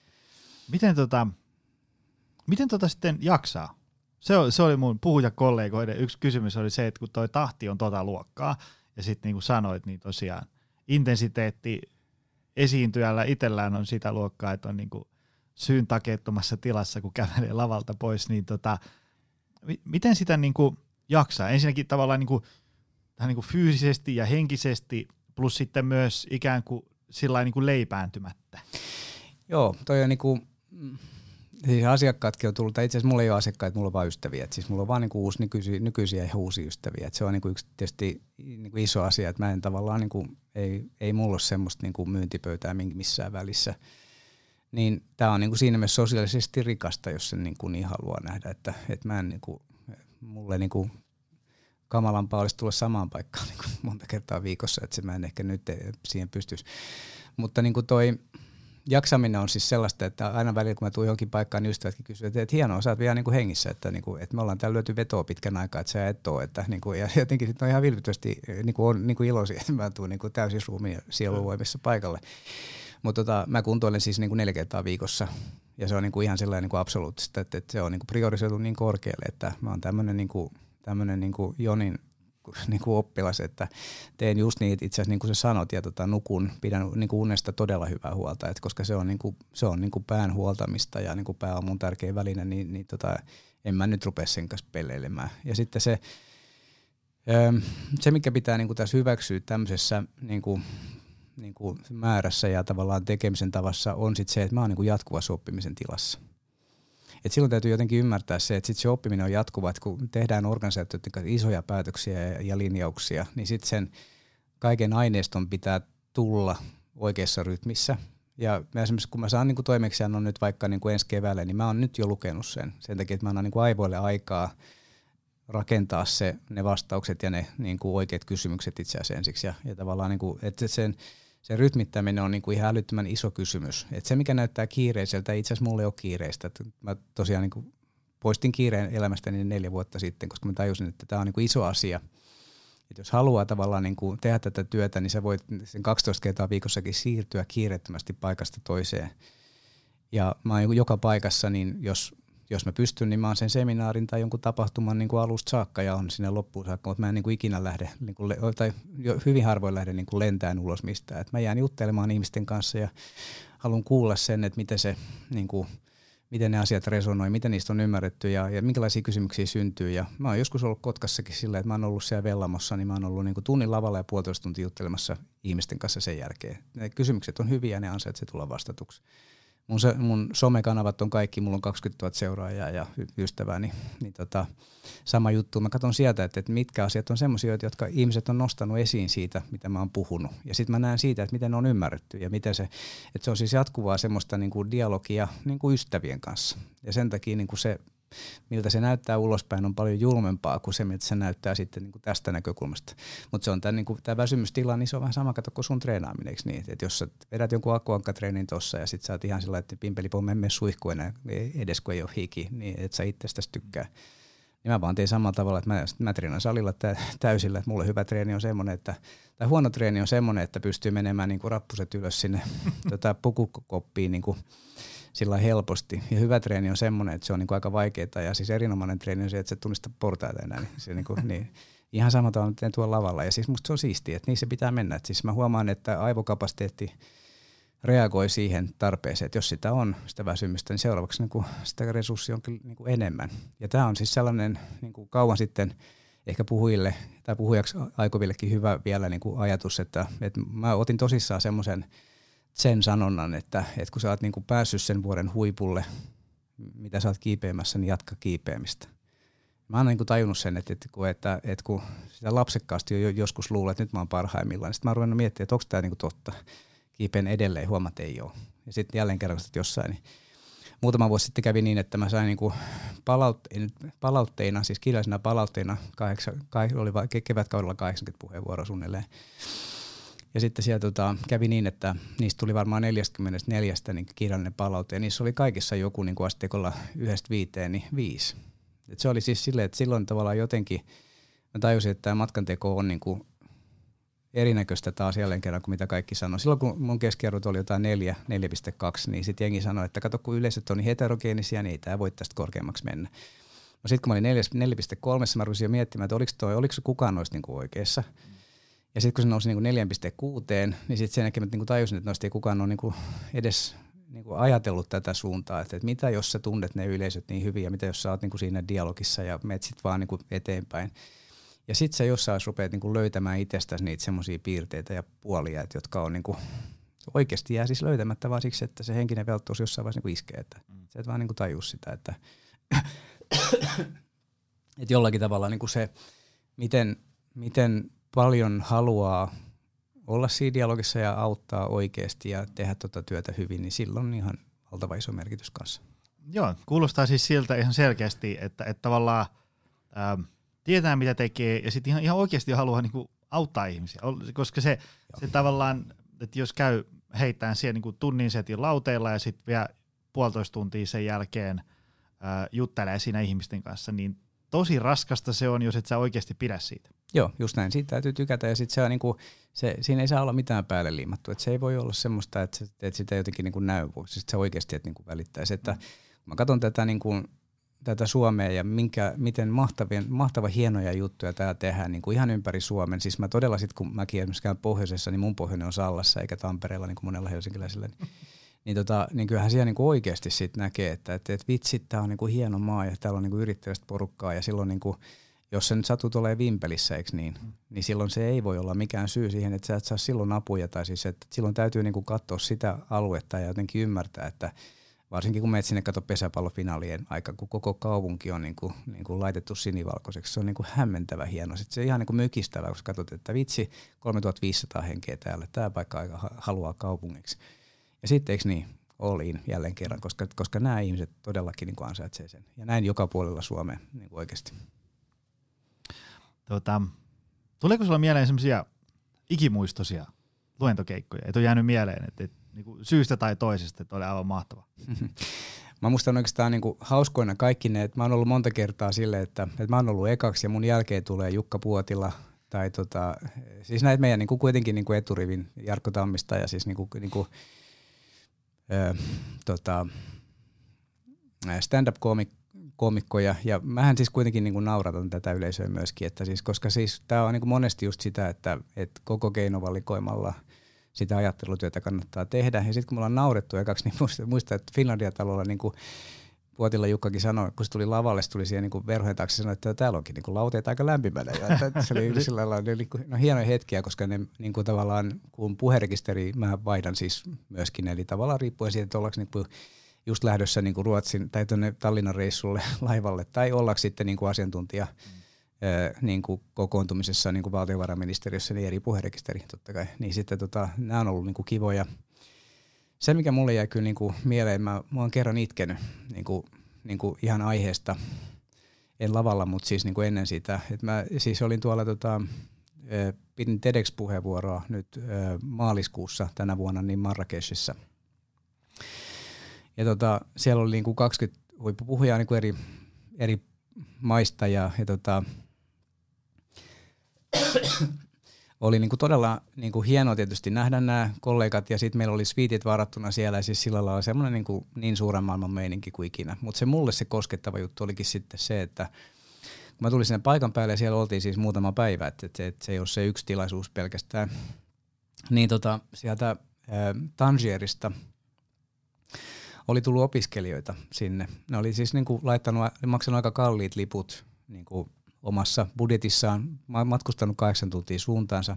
Miten sitten jaksaa? Se oli mun puhujakollegoiden yksi kysymys oli se, että kun toi tahti on luokkaa ja sitten niin kuin sanoit, niin tosiaan intensiteetti esiintyjällä itsellään on sitä luokkaa, että on niin kuin syyn takeettomassa tilassa, kun kävelee lavalta pois, niin miten sitä niin kuin jaksaa? Ensinnäkin tavallaan niin kuin fyysisesti ja henkisesti, plus sitten myös ikään kuin sillain niin kuin leipääntymättä. Joo, toi on niinku, siis asiakkaatkin on tullut, tai itse asiassa mulla ei ole asiakkaita, mulla on vaan ystäviä, et siis mulla on vaan niinku nykyisiä ja uusia ystäviä, et se on niinku yksi tietysti niinku iso asia, että mä en tavallaan niinku, ei mulla ole semmoista niinku myyntipöytää missään välissä, niin tää on niinku siinä mielessä sosiaalisesti rikasta, jos sen niinku niin haluaa nähdä, että mä en niinku, mulle niinku kamalampaa olisi tulla samaan paikkaan niin kuin monta kertaa viikossa, että mä en ehkä nyt siihen pystyisi. Mutta niin kuin toi jaksaminen on siis sellaista, että aina välillä kun mä tuun johonkin paikkaan, niin ystävätkin kysyvät, että hienoa, sä oot vielä niin kuin hengissä, että me ollaan täällä lyöty vetoa pitkän aikaa, että sä et ole. Että, niin kuin, ja jotenkin sitten on ihan vilpittömästi on niin kuin iloisia, että mä tuun niin kuin täysin ruumiin ja sieluvoimissa paikalle. Mutta mä kuntoilen siis niin kuin 4 kertaa viikossa ja se on niin kuin ihan sellainen niin kuin absoluuttista, että se on niin kuin priorisoitu niin korkealle, että mä oon tämmöinen niin kuin Jonin niin kuin oppilas, että teen just niitä itse asiassa niin kuin sä sanot ja nukun, pidän niin kuin unesta todella hyvää huolta, että koska se on niin kuin pään huoltamista ja niin kuin pää on mun tärkein väline, niin en mä nyt rupea sen kanssa peleilemään. Ja sitten se mikä pitää niin kuin tässä hyväksyä tämmöisessä niin kuin määrässä ja tavallaan tekemisen tavassa on sitten se, että mä oon niin kuin jatkuvassa oppimisen tilassa. Et silloin täytyy jotenkin ymmärtää se, että sit se oppiminen on jatkuva, että kun tehdään organisaatioiden kanssa isoja päätöksiä ja linjauksia, niin sitten sen kaiken aineiston pitää tulla oikeassa rytmissä. Ja esimerkiksi kun mä saan niin toimeksiannon nyt vaikka niin ensi keväälle, niin mä oon nyt jo lukenut sen takia, että mä annan niin aivoille aikaa rakentaa ne vastaukset ja ne niin oikeat kysymykset itse asiassa ensiksi. Ja tavallaan, niin kuin, että se rytmittäminen on niin kuin ihan älyttömän iso kysymys. Et se, mikä näyttää kiireiseltä, itse asiassa mulla ei ole kiireistä. Et mä tosiaan niin kuin poistin kiireen elämästäni 4 vuotta sitten, koska mä tajusin, että tämä on niin kuin iso asia. Et jos haluaa tavallaan niin kuin tehdä tätä työtä, niin sä voit sen 12 kertaa viikossakin siirtyä kiireettömästi paikasta toiseen. Ja mä oon joka paikassa, niin jos mä pystyn, niin mä oon sen seminaarin tai jonkun tapahtuman niin kuin alusta saakka ja on sinne loppuun saakka, mutta mä en niin kuin ikinä lähde, niin kuin, tai hyvin harvoin lähde niin kuin lentäen ulos mistään. Et mä jään juttelemaan ihmisten kanssa ja haluan kuulla sen, että miten ne asiat resonoi, miten niistä on ymmärretty ja minkälaisia kysymyksiä syntyy. Ja mä oon joskus ollut Kotkassakin sillä, että mä oon ollut siellä Vellamossa, niin mä oon ollut niin kuin tunnin lavalla ja 1,5 tuntia juttelemassa ihmisten kanssa sen jälkeen. Ne kysymykset on hyviä ja ne ansaitsee tulla vastatuksi. Mun somekanavat on kaikki, mulla on 20 000 seuraajaa ja ystävää, niin sama juttu. Mä katson sieltä, että mitkä asiat on semmoisia, jotka ihmiset on nostanut esiin siitä, mitä mä oon puhunut. Ja sitten mä näen siitä, että miten ne on ymmärretty ja miten että se on siis jatkuvaa semmoista niin kuin dialogia niin kuin ystävien kanssa. Ja sen takia niin kuin se miltä se näyttää ulospäin, on paljon julmempaa kuin se, miltä se näyttää sitten niin kuin tästä näkökulmasta. Mutta se on tämä niin väsymystila, niin se on vähän sama kato kuin sun treenaaminen, eikö niin? Et jos sä vedät jonkun akkuankkatreenin tossa ja sit sä oot ihan sillä, että pimpelipom emme suihku enää edes kun ei ole hiki, niin et sä itsestäsi tykkää. Niin mä vaan tein samalla tavalla, että mä treenaan salilla täysillä, että mulle hyvä treeni on semmoinen, tai huono treeni on semmoinen, että pystyy menemään niin kuin rappuset ylös sinne pukukoppiin niin kuin sillä helposti. Ja hyvä treeni on semmoinen, että se on niin kuin aika vaikeaa, ja siis erinomainen treeni on se, että sä tunnista portaita enää. Niin se niin kuin, niin. Ihan samalla tavalla teen tuolla lavalla, ja siis musta se on siistiä, että niin se pitää mennä. Et siis mä huomaan, että aivokapasiteetti reagoi siihen tarpeeseen, että jos sitä on, sitä väsymystä, niin seuraavaksi niin kuin sitä resurssia on niin kuin enemmän. Ja tämä on siis sellainen niin kuin kauan sitten ehkä puhujille tai puhujaksi aikovillekin hyvä vielä niin kuin ajatus, että mä otin tosissaan semmoisen sen sanonnan, että kun sä oot niin kuin päässyt sen vuoden huipulle, mitä sä oot kiipeämässä, niin jatka kiipeämistä. Mä oon niin kuin tajunnut sen, että kun sitä lapsekkaasti jo joskus luulee, että nyt mä oon parhaimmillaan, niin sitten mä oon ruvennut miettimään, että onko tämä niin kuin totta. Kiipeen edelleen, huomaat ei ole. Ja sitten jälleen kerran jossain, niin muutama vuosi sitten kävi niin, että mä sain niinku palautteina, siis kirjallisena palautteina, oli kevätkaudella 80 puheenvuoroa suunnilleen. Ja sitten siellä kävi niin, että niistä tuli varmaan 44 niin kirjallinen palaute, ja niissä oli kaikissa joku niin asteikolla 1-5, niin 5. Et se oli siis silleen, että silloin tavallaan jotenkin, mä tajusin, että tämä matkanteko on niinku erinäköistä taas jälleen kerran kuin mitä kaikki sanoo. Silloin kun mun keskiarvot oli jotain 4,2, niin sitten jengi sanoi, että kato kun yleisöt on niin heterogeenisia, niin ei tämä voi tästä korkeammaksi mennä. No sitten kun mä olin 4,3, mä rupesin jo miettimään, että oliko kukaan noista niinku oikeassa. Ja sitten kun se nousi niinku 4,6, niin sitten sen jälkeen mä niinku tajusin, että noista ei kukaan ole niinku edes niinku ajatellut tätä suuntaa, että mitä jos sä tunnet ne yleisöt niin hyvin ja mitä jos sä oot niinku siinä dialogissa ja menet sit vaan niinku eteenpäin. Ja sitten sä jossain rupeat niinku löytämään itsestäsi niitä semmoisia piirteitä ja puolia, jotka on niinku oikeasti jää siis löytämättä vaan siksi, että se henkinen velttous jossain vaiheessa niinku iskee. Että sä et vaan niinku tajua sitä, että jollakin tavalla niinku se, miten paljon haluaa olla siinä dialogissa ja auttaa oikeasti ja tehdä työtä hyvin, niin silloin on ihan valtava iso merkitys kanssa. Joo, kuulostaa siis siltä ihan selkeästi, että tavallaan tietää mitä tekee ja sitten ihan oikeasti haluaa niinku auttaa ihmisiä, koska se tavallaan, että jos käy heittämään siellä niinku tunnin setin lauteilla ja sitten vielä 1,5 tuntia sen jälkeen juttelee siinä ihmisten kanssa, niin tosi raskasta se on, jos et sä oikeasti pidä siitä. Joo, just näin. Siitä täytyy tykätä ja sitten se on niinku, siinä ei saa olla mitään päälle liimattu. Et se ei voi olla semmoista, että sitä jotenkin niinku näy, siis se oikeasti niinku välittäisi. Että mä katson tätä niinku, tätä Suomea ja miten mahtava hienoja juttuja täällä tehdään niin kuin ihan ympäri Suomen. Siis mä todella sit, kun mäkin esimerkiksi käyn pohjoisessa, niin mun pohjoinen on Sallassa eikä Tampereella niin kuin monella helsinkiläisellä. Niin kyllähän siellä niin kuin oikeasti sit näkee, että vitsi, tää on niin kuin hieno maa ja täällä on niin kuin yrittäjästä porukkaa ja silloin niin kuin, jos sä nyt satut olemaan vimpelissä, eikö niin silloin se ei voi olla mikään syy siihen, että sä et saa silloin apuja tai siis, että silloin täytyy niin kuin katsoa sitä aluetta ja jotenkin ymmärtää, että varsinkin kun menet sinne katso pesäpallofinaalien aika, kun koko kaupunki on niin kuin laitettu sinivalkoiseksi. Se on niin kuin hämmentävä hieno. Sitten se on ihan niin kuin mykistävä, kun katsot, että vitsi, 3500 henkeä täällä. Tämä paikka aika haluaa kaupungiksi. Ja sitten eikö niin, all in jälleen kerran, koska nämä ihmiset todellakin niin kuin ansaitsee sen. Ja näin joka puolella Suomea niin kuin oikeasti. Tuleeko sulla mieleen sellaisia ikimuistoisia luentokeikkoja? Et ole jäänyt mieleen, että niinku syystä tai toisesta, että oli aivan mahtava. Mä muistan oikeastaan niinku hauskoina kaikki ne, että mä oon ollut monta kertaa silleen, että mä oon ollut ekaksi ja mun jälkeen tulee Jukka Puotila tai siis näitä meidän niinku kuitenkin niinku eturivin Jarkko Tammista ja siis stand-up-koomikkoja ja mähän siis kuitenkin niinku nauratan tätä yleisöä myöskin, että siis, koska siis tää on niinku monesti just sitä, että koko keinovalikoimalla sitä ajattelutyötä kannattaa tehdä. Ja sitten kun me ollaan naurettu ekaksi, niin muistan, että Finlandia-talolla niin kuin Puotila Jukkakin sanoi, kun se tuli lavalle, se tuli siihen niin verhojen taakse sanoi, että täällä onkin niin lauteet aika lämpimänä. Se oli sillä lailla hienoja hetkiä, koska ne niin kuin tavallaan, kun puherekisteri mä vaihdan siis myöskin, eli tavallaan riippuen siitä, että ollaanko niin just lähdössä niin kuin Ruotsin tai tuonne Tallinnan reissulle laivalle, tai ollaanko sitten niin kuin asiantuntija niin kuin kokoontumisessa niin kuin valtiovarainministeriössä, niin eri puherekisteri totta kai. Niin sitten nämä on ollut niin kuin kivoja. Se, mikä mulle jäi kyllä niin kuin mieleen, mä oon kerran itkenyt niin kuin niin kuin ihan aiheesta, en lavalla, mutta siis niin kuin ennen sitä. Et mä siis olin tuolla, pidin TEDx-puheenvuoroa nyt maaliskuussa tänä vuonna niin Marrakeshissa. Ja siellä oli niin kuin 20 huippupuhujaa niin kuin eri maista ja oli niinku todella niinku hienoa tietysti nähdä nämä kollegat ja sitten meillä oli sviitit varattuna siellä ja siis sillä lailla semmoinen niinku niin suuren maailman meininki kuin ikinä. Mutta mulle se koskettava juttu olikin sitten se, että kun mä tulin sinne paikan päälle ja siellä oltiin siis muutama päivä, että se ei ole se yksi tilaisuus pelkästään, niin sieltä Tangerista oli tullut opiskelijoita sinne. Ne oli siis niinku maksanut aika kalliit liput niinku omassa budjetissaan, matkustanut 8 tuntia suuntaansa.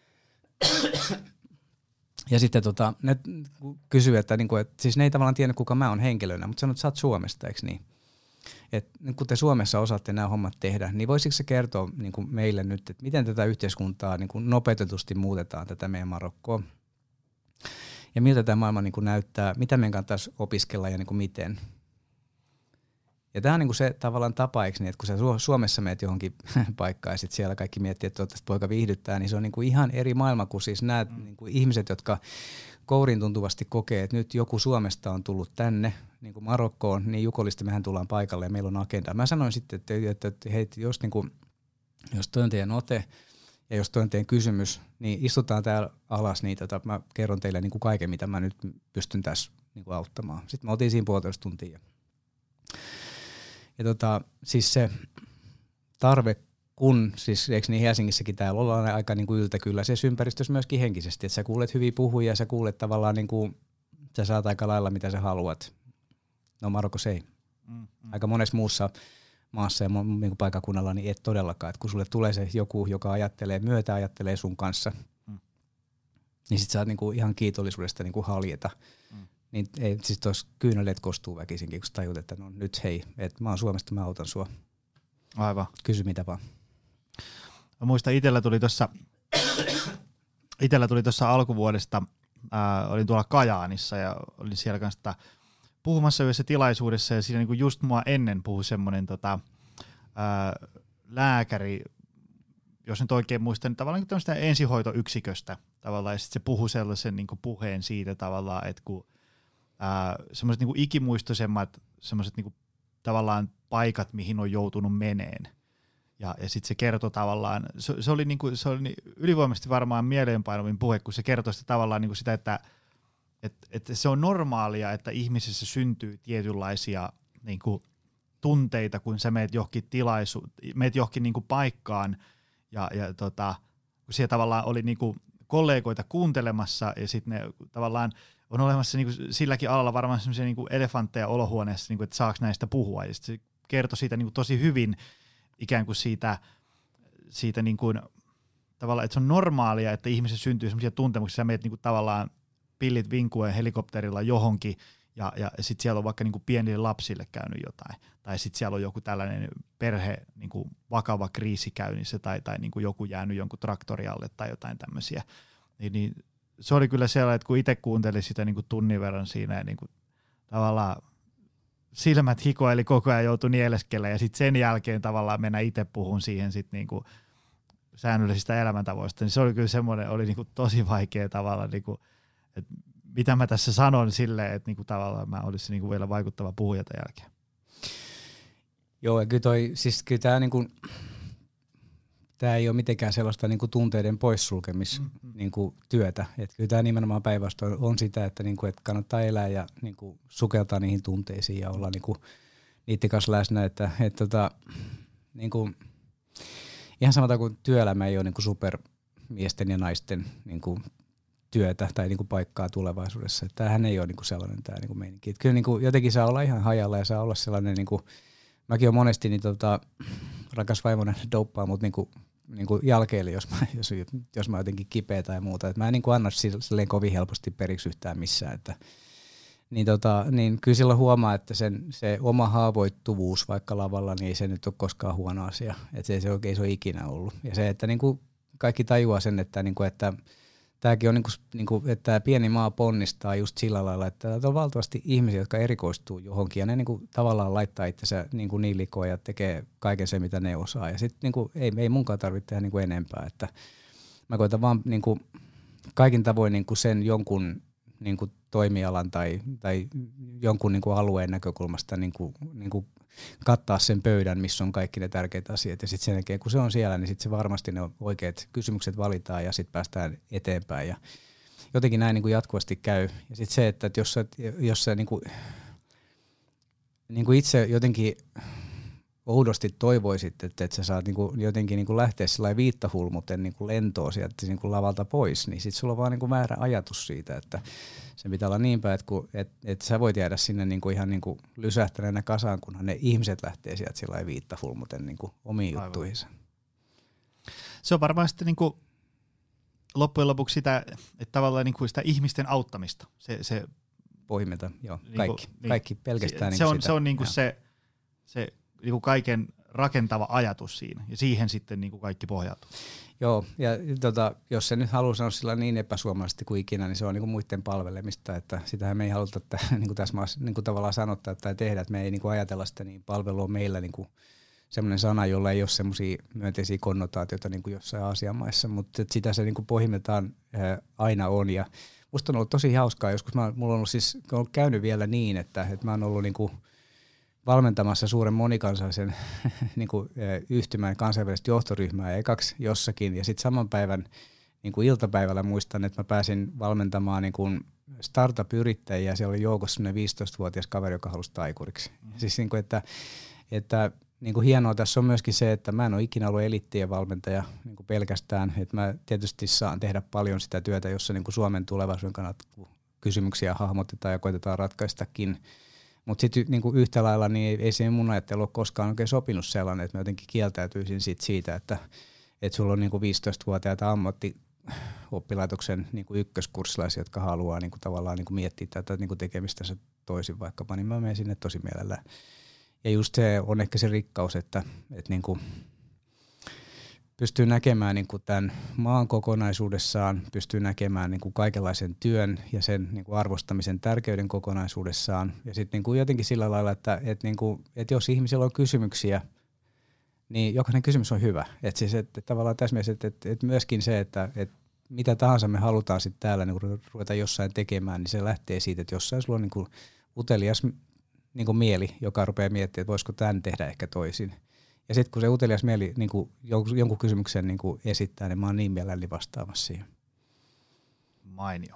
Ja sitten ne kysyi, että siis ne ei tavallaan tiennyt, kuka mä oon henkilönä, mutta sanoit, että sä oot Suomesta, eikö niin? Että kun te Suomessa osaatte nämä hommat tehdä, niin voisiko se kertoa meille nyt, että miten tätä yhteiskuntaa nopeutetusti muutetaan, tätä meidän Marokkoa? Ja miltä tämä maailma näyttää, mitä meidän kannattaisi opiskella ja miten? Ja tämä on se tavallaan tapa, eikö niin, että kun sä Suomessa meet johonkin paikkaan ja sitten siellä kaikki miettii, että toivottavasti poika viihdyttää, niin se on ihan eri maailma kuin siis nämä ihmiset, jotka kourin tuntuvasti kokee, että nyt joku Suomesta on tullut tänne Marokkoon, niin jukollisesti mehän tullaan paikalle ja meillä on agenda. Mä sanoin sitten, että hei, jos toi on teidän ote ja jos toi on teidän kysymys, niin istutaan täällä alas, niin mä kerron teille kaiken, mitä mä nyt pystyn tässä auttamaan. Sitten me oltiin siinä 1,5 tuntia. Ja siis se tarve, kun siis eikö niin Helsingissäkin täällä ollaan aika yltäkylläisessä ympäristössä myöskin henkisesti, että sä kuulet hyviä puhujia, sä kuulet tavallaan sä saat aika lailla mitä sä haluat. No Marokossa ei. Aika monessa muussa maassa ja paikakunnalla niin et todellakaan, että kun sulle tulee se joku, joka ajattelee sun kanssa, niin sit saat ihan kiitollisuudesta haljeta. Niin ei, siis tuossa kyyneleet kostuu väkisinkin, kun sä tajut, että no nyt hei, että mä oon Suomesta, mä autan sua. Aivan. Kysy mitä vaan. Mä muistan itsellä tuli tuossa alkuvuodesta, olin tuolla Kajaanissa ja olin siellä kanssa puhumassa yhdessä tilaisuudessa ja siinä just mua ennen puhui semmoinen lääkäri, jos nyt oikein muistan, niin tavallaan tämmöistä ensihoitoyksiköstä tavallaan ja sitten se puhui sellaisen puheen siitä tavallaan, että kun semmoiset ikimuistoisemmat semmoiset tavallaan paikat, mihin on joutunut meneen. Ja sitten se kertoi tavallaan, se oli ylivoimaisesti varmaan mieleenpainuvin puhe, kun se kertoi sitä tavallaan sitä, että se on normaalia, että ihmisessä syntyy tietynlaisia tunteita, kun sä meet johonkin paikkaan ja kun siellä tavallaan oli kollegoita kuuntelemassa ja sitten ne tavallaan on olemassa silläkin alalla varmaan semmoisia elefantteja olohuoneessa, että saako näistä puhua. Ja se kertoi siitä tosi hyvin ikään kuin siitä tavallaan, että se on normaalia, että ihmisessä syntyy semmoisia tuntemuksia, sä meet tavallaan pillit vinkuen helikopterilla johonkin ja sitten siellä on vaikka pienille lapsille käynyt jotain. Tai sitten siellä on joku tällainen perhe, vakava kriisi käynnissä tai joku jäänyt jonkun traktori alle tai jotain tämmöisiä. Niin se oli kyllä sellainen, että kun itse kuuntelin sitä tunnin verran siinä ja tavallaan silmät hikoili koko ajan, joutui nieleskellä ja sitten sen jälkeen tavallaan mennä itse puhun siihen sitten säännöllisistä elämäntavoista, niin se oli kyllä semmoinen, oli tosi vaikea tavallaan, että mitä mä tässä sanon silleen, että tavallaan mä olisin vielä vaikuttava puhuja tämän jälkeen. Joo, ja kyllä tämä ei ole mitenkään sellaista tunteiden poissulkemistyötä. Että kyllä tämä nimenomaan päinvastoin on sitä, että kannattaa elää ja sukeltaa niihin tunteisiin ja olla niiden kanssa läsnä. Että ihan samalla kuin työelämä ei ole supermiesten ja naisten työtä tai paikkaa tulevaisuudessa. Että tämähän ei ole sellainen tämä meininki. Että kyllä jotenkin saa olla ihan hajalla ja saa olla sellainen, mäkin olen monesti rakas vaimoni douppaa mut jalkeille, jos mä jotenkin kipeä tai muuta. Et mä en anna silleen kovin helposti periksi yhtään missään. Että, niin kyllä silloin huomaa, että se oma haavoittuvuus vaikka lavalla, niin ei se nyt ole koskaan huono asia. Että se oikein se on ikinä ollut. Ja se, että kaikki tajuaa sen, että tämäkin on että tämä pieni maa ponnistaa just sillä lailla, että on valtavasti ihmisiä, jotka erikoistuu johonkin ja ne tavallaan laittaa itsensä niin likoon ja tekee kaiken se, mitä ne osaa. Ja sitten ei munkaan tarvitse tehdä enempää. Että mä koitan vaan kaikin tavoin sen jonkun toimialan tai jonkun alueen näkökulmasta kattaa sen pöydän, missä on kaikki ne tärkeät asiat. Ja sitten sen jälkeen, kun se on siellä, niin sitten se varmasti ne oikeat kysymykset valitaan ja sitten päästään eteenpäin. Ja jotenkin näin jatkuvasti käy. Ja sitten se, että jos sä itse jotenkin oudosti toivoisit, että sä saat jotenkin lähteä sellainen viittahulmuten lentoon sieltä lavalta pois, niin sitten sulla on vaan väärä ajatus siitä, että sen pitää olla niin päin, että sä voit jäädä sinne ihan lysähtäneenä kasaan, kunhan ne ihmiset lähtee sieltä sellainen viittahulmuten omiin juttuihinsa. Se on varmaan sitten loppujen lopuksi sitä, että tavallaan sitä ihmisten auttamista. Se pohjimmiltaan, joo, kaikki pelkästään se on, sitä. Se on se kaiken rakentava ajatus siinä, ja siihen sitten kaikki pohjautuu. Joo, ja jos se nyt haluaa sanoa sillä niin epäsuomalaisesti kuin ikinä, niin se on muiden palvelemista, että sitähän me ei haluta tässä maassa tavallaan sanottaa tai tehdä, että me ei ajatella sitä, niin palvelu on meillä semmoinen sana, jolla ei ole semmoisia myönteisiä konnotaatioita jossain Aasian maissa, mutta sitä se pohjimmiltaan aina on, ja musta on ollut tosi hauskaa, joskus mulla on ollut käynyt vielä niin, että mä oon ollut valmentamassa suuren monikansallisen yhtymän kansainvälistä johtoryhmää ekaksi jossakin, ja sitten saman päivän iltapäivällä muistan, että mä pääsin valmentamaan startup-yrittäjiä, ja siellä oli joukossa 15-vuotias kaveri, joka halusi taikuriksi. Siis että hienoa tässä on myöskin se, että mä en ole ikinä ollut eliittien valmentaja pelkästään, että mä tietysti saan tehdä paljon sitä työtä, jossa Suomen tulevaisuuden kannalta kysymyksiä hahmotetaan ja koitetaan ratkaistakin. Mutta sitten yhtä lailla niin ei se mun ajattelu ole koskaan oikein sopinut sellainen, että mä jotenkin kieltäytyisin siitä, että sulla on 15-vuotiaita ammattioppilaitoksen ykköskurssilaisia, jotka haluaa tavallaan miettiä tätä tekemistä se toisin vaikkapa, niin mä menen sinne tosi mielellään. Ja just se on ehkä se rikkaus, että pystyy näkemään tämän maan kokonaisuudessaan, pystyy näkemään kaikenlaisen työn ja sen arvostamisen tärkeyden kokonaisuudessaan. Ja sitten jotenkin sillä lailla, että jos ihmisillä on kysymyksiä, niin jokainen kysymys on hyvä. Että siis, tavallaan tässä mielessä, että myöskin se, että mitä tahansa me halutaan sitten täällä ruveta jossain tekemään, niin se lähtee siitä, että jossain sulla on utelias mieli, joka rupeaa miettimään, että voisiko tämän tehdä ehkä toisin. Ja sitten kun se utelias mieli jonkun kysymyksen esittää, niin mä oon niin mielelläni vastaamassa siihen. Mainio.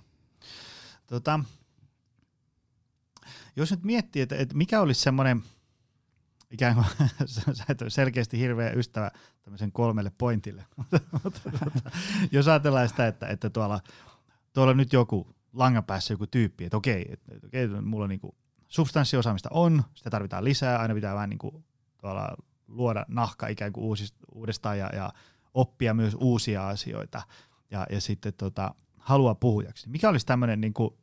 Jos nyt miettii, että mikä olisi semmoinen, ikään kuin sä et ole selkeästi hirveä ystävä tämmöisen 3 pointille, jos ajatellaan sitä, että tuolla on nyt joku langan päässä joku tyyppi, että okei, mulla on substanssiosaamista on, sitä tarvitaan lisää, aina pitää vähän tuolla luoda nahka ikään kuin uudestaan ja oppia myös uusia asioita ja sitten haluaa puhujaksi. Mikä olisi tämmöinen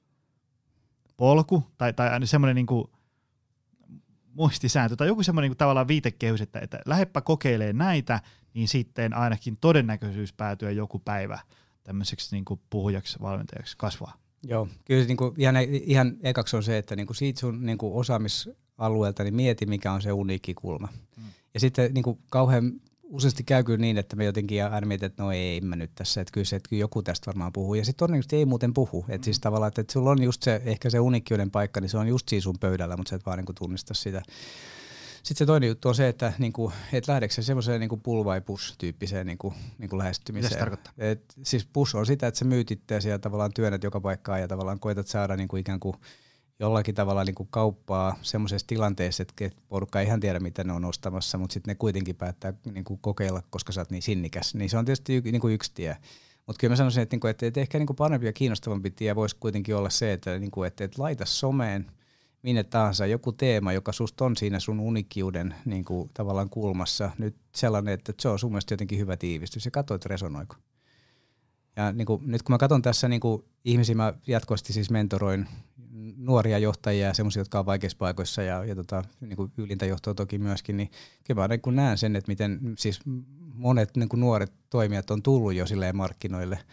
polku tai semmoinen muistisääntö tai joku semmoinen tavallaan viitekehys, että lähdepä kokeilemaan näitä, niin sitten ainakin todennäköisyys päätyä joku päivä tämmöiseksi puhujaksi, valmentajaksi kasvaa. Joo, kyllä se ihan ekaksi on se, että siitä sun osaamisalueelta niin mieti, mikä on se uniikki kulma. Ja sitten kauhean useasti käy kyllä niin, että me jotenkin aina mietin, että no ei mä nyt tässä, että kyllä joku tästä varmaan puhuu. Ja sitten todennäköisesti ei muuten puhu. Että siis tavallaan, että sulla on just se, ehkä se uniikkiuden paikka, niin se on just siinä sun pöydällä, mutta sä et vaan tunnista sitä. Sitten se toinen juttu on se, että lähdekö se semmoiseen pull vai push -tyyppiseen lähestymiseen. Mitä se tarkoittaa? Siis push on sitä, että sä myyt itseäsi ja tavallaan työnnät joka paikkaan ja tavallaan koetat saada ikään kuin jollakin tavalla kauppaa semmoisessa tilanteessa, että porukka ei ihan tiedä, mitä ne on ostamassa, mutta sitten ne kuitenkin päättää kokeilla, koska sä oot niin sinnikäs. Niin se on tietysti yksi tie. Mutta kyllä mä sanoisin, että ehkä parempi ja kiinnostavampi tie voisi kuitenkin olla se, että laita someen minne tahansa joku teema, joka susta on siinä sun uniikkiuden tavallaan kulmassa. Nyt sellainen, että se on sun mielestä jotenkin hyvä tiivistys ja katso, että resonoiko. Ja nyt kun mä katson tässä ihmisiä, mä jatkuvasti siis mentoroin nuoria johtajia ja semmoisia, jotka on vaikeissa paikoissa ja ylintä johtoa toki myöskin, niin kyllä mä näen sen, että miten siis monet nuoret toimijat on tullut jo silleen markkinoille.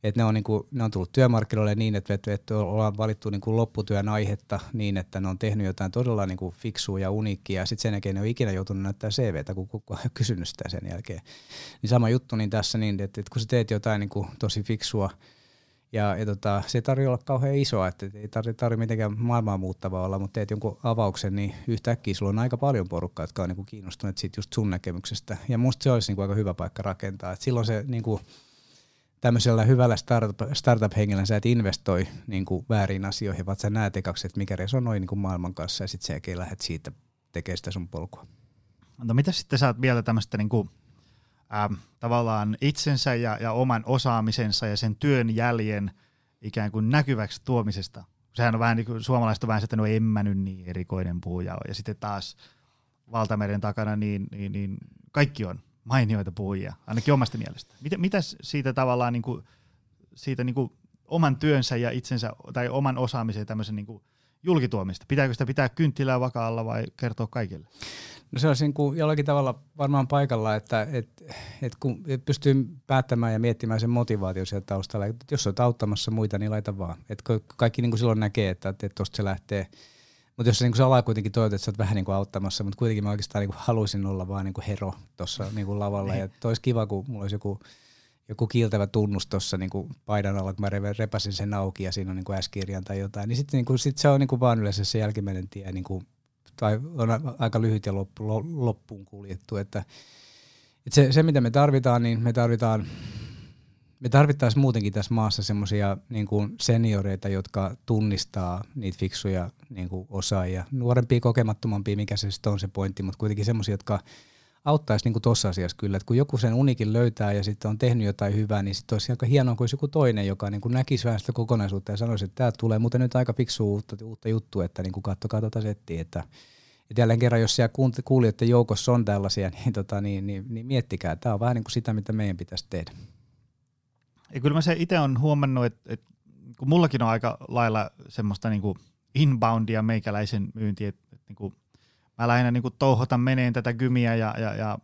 Että ne on tullut työmarkkinoille niin, että ollaan valittu niin kuin lopputyön aihetta niin, että ne on tehnyt jotain todella niin kuin fiksua ja uniikkia, ja sitten sen jälkeen ne on ikinä joutunut näyttää CVtä, kun kukaan ei ole kysynyt sitä sen jälkeen. Niin sama juttu niin tässä, niin, että kun sä teet jotain niin kuin tosi fiksua, ja se ei tarvitse olla kauhean isoa, että ei tarvitse mitenkään maailmaa muuttavaa olla, mutta teet jonkun avauksen, niin yhtäkkiä sulla on aika paljon porukkaa, jotka on niin kuin kiinnostuneet siitä just sun näkemyksestä. Ja musta se olisi niin kuin aika hyvä paikka rakentaa. Et silloin se niin kuin tämmöisellä hyvällä startup-hengellä sä et investoi niin kuin väärin asioihin, vaan sä näet ekaksi, että mikä resonoi niin kuin maailman kanssa, ja sitten sen jälkeen lähdet siitä tekemään sitä sun polkua. No mitä sitten sä oot vielä tämmöistä niin kuin tavallaan itsensä ja oman osaamisensa ja sen työn jäljen ikään kuin näkyväksi tuomisesta. Sehän on vähän niin kuin suomalaiset on vähän että no en mä nyt niin erikoinen puhuja ja sitten taas valtameren takana niin kaikki on mainioita puhujia, ainakin omasta mielestä. Mitäs siitä tavallaan niin kuin, siitä niin kuin oman työnsä ja itsensä tai oman osaamisen tämmöisen niin kuin julkituomista? Pitääkö sitä pitää kynttilää vakaalla vai kertoa kaikille? No se olisi niin kuin jollakin tavalla varmaan paikalla, että kun pystyy päättämään ja miettimään sen motivaation sieltä taustalla, että jos olet auttamassa muita, niin laita vaan. Että kaikki niin kuin silloin näkee, että tuosta se lähtee. Mutta jos niin salaa kuitenkin toivot, että sä oot vähän niin kuin auttamassa, mutta kuitenkin mä oikeastaan niin kuin haluaisin olla vaan niin kuin hero tuossa niin kuin lavalla. Ja olisi kiva, kun mulla olisi joku kiiltävä tunnus tuossa niin kuin paidan alla, että mä repäsin sen auki ja siinä on niin kuin S-kirjan tai jotain. Niin sitten niin sit se on niin kuin vaan yleensä se jälkimmäinen tie, niin kuin, tai on aika lyhyt ja loppuun kuljettu. Että se, mitä me tarvitaan, niin me tarvittaisiin muutenkin tässä maassa semmoisia niin kuin senioreita, jotka tunnistaa niitä fiksuja niin kuin osaajia. Nuorempia, kokemattomampia, mikä se sitten on se pointti, mutta kuitenkin semmoisia, jotka auttaisi niin kuin tuossa asiassa kyllä. Että kun joku sen unikin löytää ja sitten on tehnyt jotain hyvää, niin sitten olisi aika hienoa, kun olisi joku toinen, joka niin kuin näkisi vähän sitä kokonaisuutta ja sanoisi, että täältä tulee muuten nyt aika fiksua uutta juttua, että niin kuin kattokaa tuota settiä. Että jälleen kerran, jos siellä kuulijoiden joukossa on tällaisia, niin miettikää. Tämä on vähän niin kuin sitä, mitä meidän pitäisi tehdä. Ja kyllä mä se itse olen huomannut, että kun mullakin on aika lailla semmoista niinku inboundia meikäläisen myyntiä, että niinku mä lähinnä niinku touhotan meneen tätä gymiä ja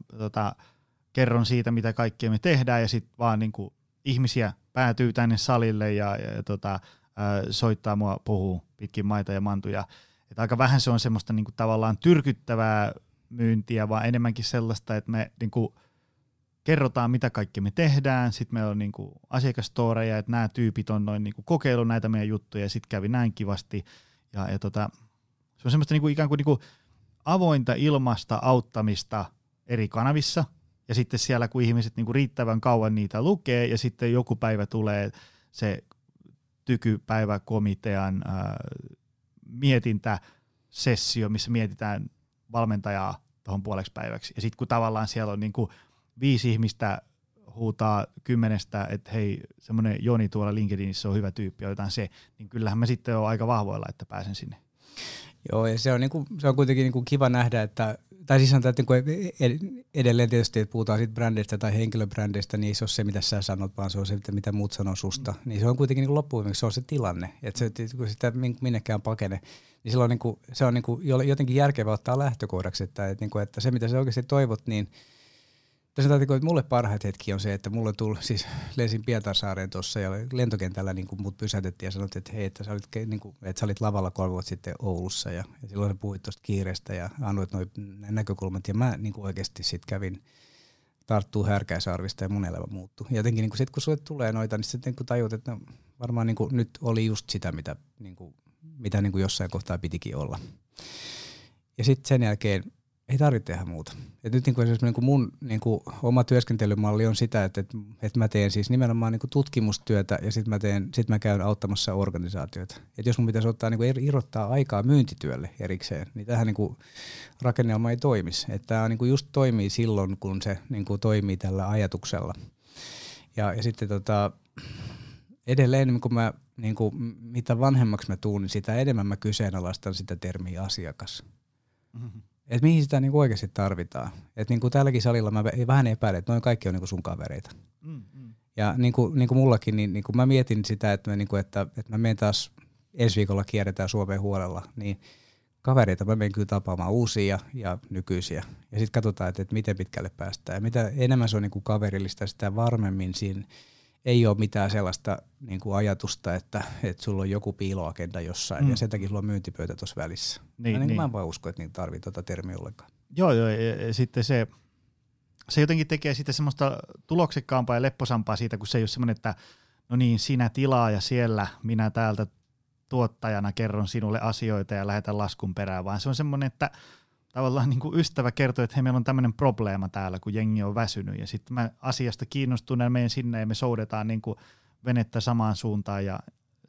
kerron siitä, mitä kaikkea me tehdään ja sitten vaan niinku ihmisiä päätyy tänne salille ja soittaa mua, puhuu pitkin maita ja mantuja. Et aika vähän se on semmoista niinku tavallaan tyrkyttävää myyntiä, vaan enemmänkin sellaista, että me niinku kerrotaan, mitä kaikki me tehdään, sitten meillä on niinku asiakastoreja, että nämä tyypit on noin niinku kokeillut näitä meidän juttuja ja sitten kävi näin kivasti. Se on semmoista niinku ikään kuin niinku avointa ilmasta auttamista eri kanavissa ja sitten siellä, kun ihmiset niinku riittävän kauan niitä lukee ja sitten joku päivä tulee se tykypäiväkomitean mietintäsessio, missä mietitään valmentajaa tuohon puoleksi päiväksi ja sitten kun tavallaan siellä on niinku 5 ihmistä huutaa 10, että hei, semmoinen Joni tuolla LinkedInissä on hyvä tyyppi, otetaan se, niin kyllähän mä sitten oon aika vahvoilla, että pääsen sinne. Joo, ja se on kuitenkin niinku kiva nähdä, että tai siis sanotaan, että edelleen tietysti, että puhutaan siitä brändeistä tai henkilöbrändeistä, niin ei se ole se, mitä sä sanot, vaan se on se, mitä muut sanoo susta. Niin se on kuitenkin niin loppuun, se on se tilanne, että se, kun sitä minnekään pakene, niin silloin niinku, se on niinku jotenkin järkevää ottaa lähtökohdaksi, että se, mitä sä oikeasti toivot, niin tässä on, että mulle parhaat hetki on se, että mulle tuli, siis lensin Pietarsaareen tuossa ja lentokentällä niin mut pysäytettiin ja sanottiin, että hei, että sä olit lavalla 3 vuotta sitten Oulussa ja silloin sä puhuit tuosta kiireestä ja annoit noin näkökulmat ja mä niin oikeasti sitten kävin tarttuu härkäisarvista ja mun elämä muuttui. Ja jotenkin niin sitten kun sulle tulee noita, niin sitten niin tajut, että no, varmaan niin nyt oli just sitä, mitä jossain kohtaa pitikin olla. Ja sitten sen jälkeen ei tarvitse tehdä muuta. Et nyt esimerkiksi mun oma työskentelymalli on sitä, että mä teen siis nimenomaan tutkimustyötä ja sitten mä käyn auttamassa organisaatioita. Et jos mun pitäisi ottaa irrottaa aikaa myyntityölle erikseen, niin tähän rakennelma ei toimisi. Tämä just toimii silloin, kun se toimii tällä ajatuksella. Ja sitten edelleen, kun mä, mitä vanhemmaksi mä tuun, niin sitä enemmän mä kyseenalaistan sitä termiä asiakas. Mm-hmm. Että mihin sitä oikeasti tarvitaan. Että tälläkin salilla mä vähän epäilen, että noin kaikki on sun kavereita. Mm-hmm. Ja niin kuin mullakin, niin kun mä mietin sitä, että mä menen taas ensi viikolla kierretään Suomeen huolella, niin kavereita mä menen kyllä tapaamaan uusia ja nykyisiä. Ja sitten katsotaan, että miten pitkälle päästään. Ja mitä enemmän se on kaverillista, sitä varmemmin siinä ei ole mitään sellaista niin kuin ajatusta, että sulla on joku piiloagenda jossain ja sen takia sulla on myyntipöytä tuossa välissä. Niin. Mä en vaan usko, että niitä tarvitsee tuota termiä ollenkaan. Joo, ja sitten se jotenkin tekee siitä semmoista tuloksekkaampaa ja lepposampaa siitä, kun se ei ole semmoinen, että no niin, sinä tilaa ja siellä minä täältä tuottajana kerron sinulle asioita ja lähetän laskun perään, vaan se on semmoinen, että tavallaan niin kuin ystävä kertoo, että hei, meillä on tämmöinen probleema täällä, kun jengi on väsynyt ja sitten mä asiasta kiinnostuneena menen sinne ja me soudetaan niin kuin venettä samaan suuntaan ja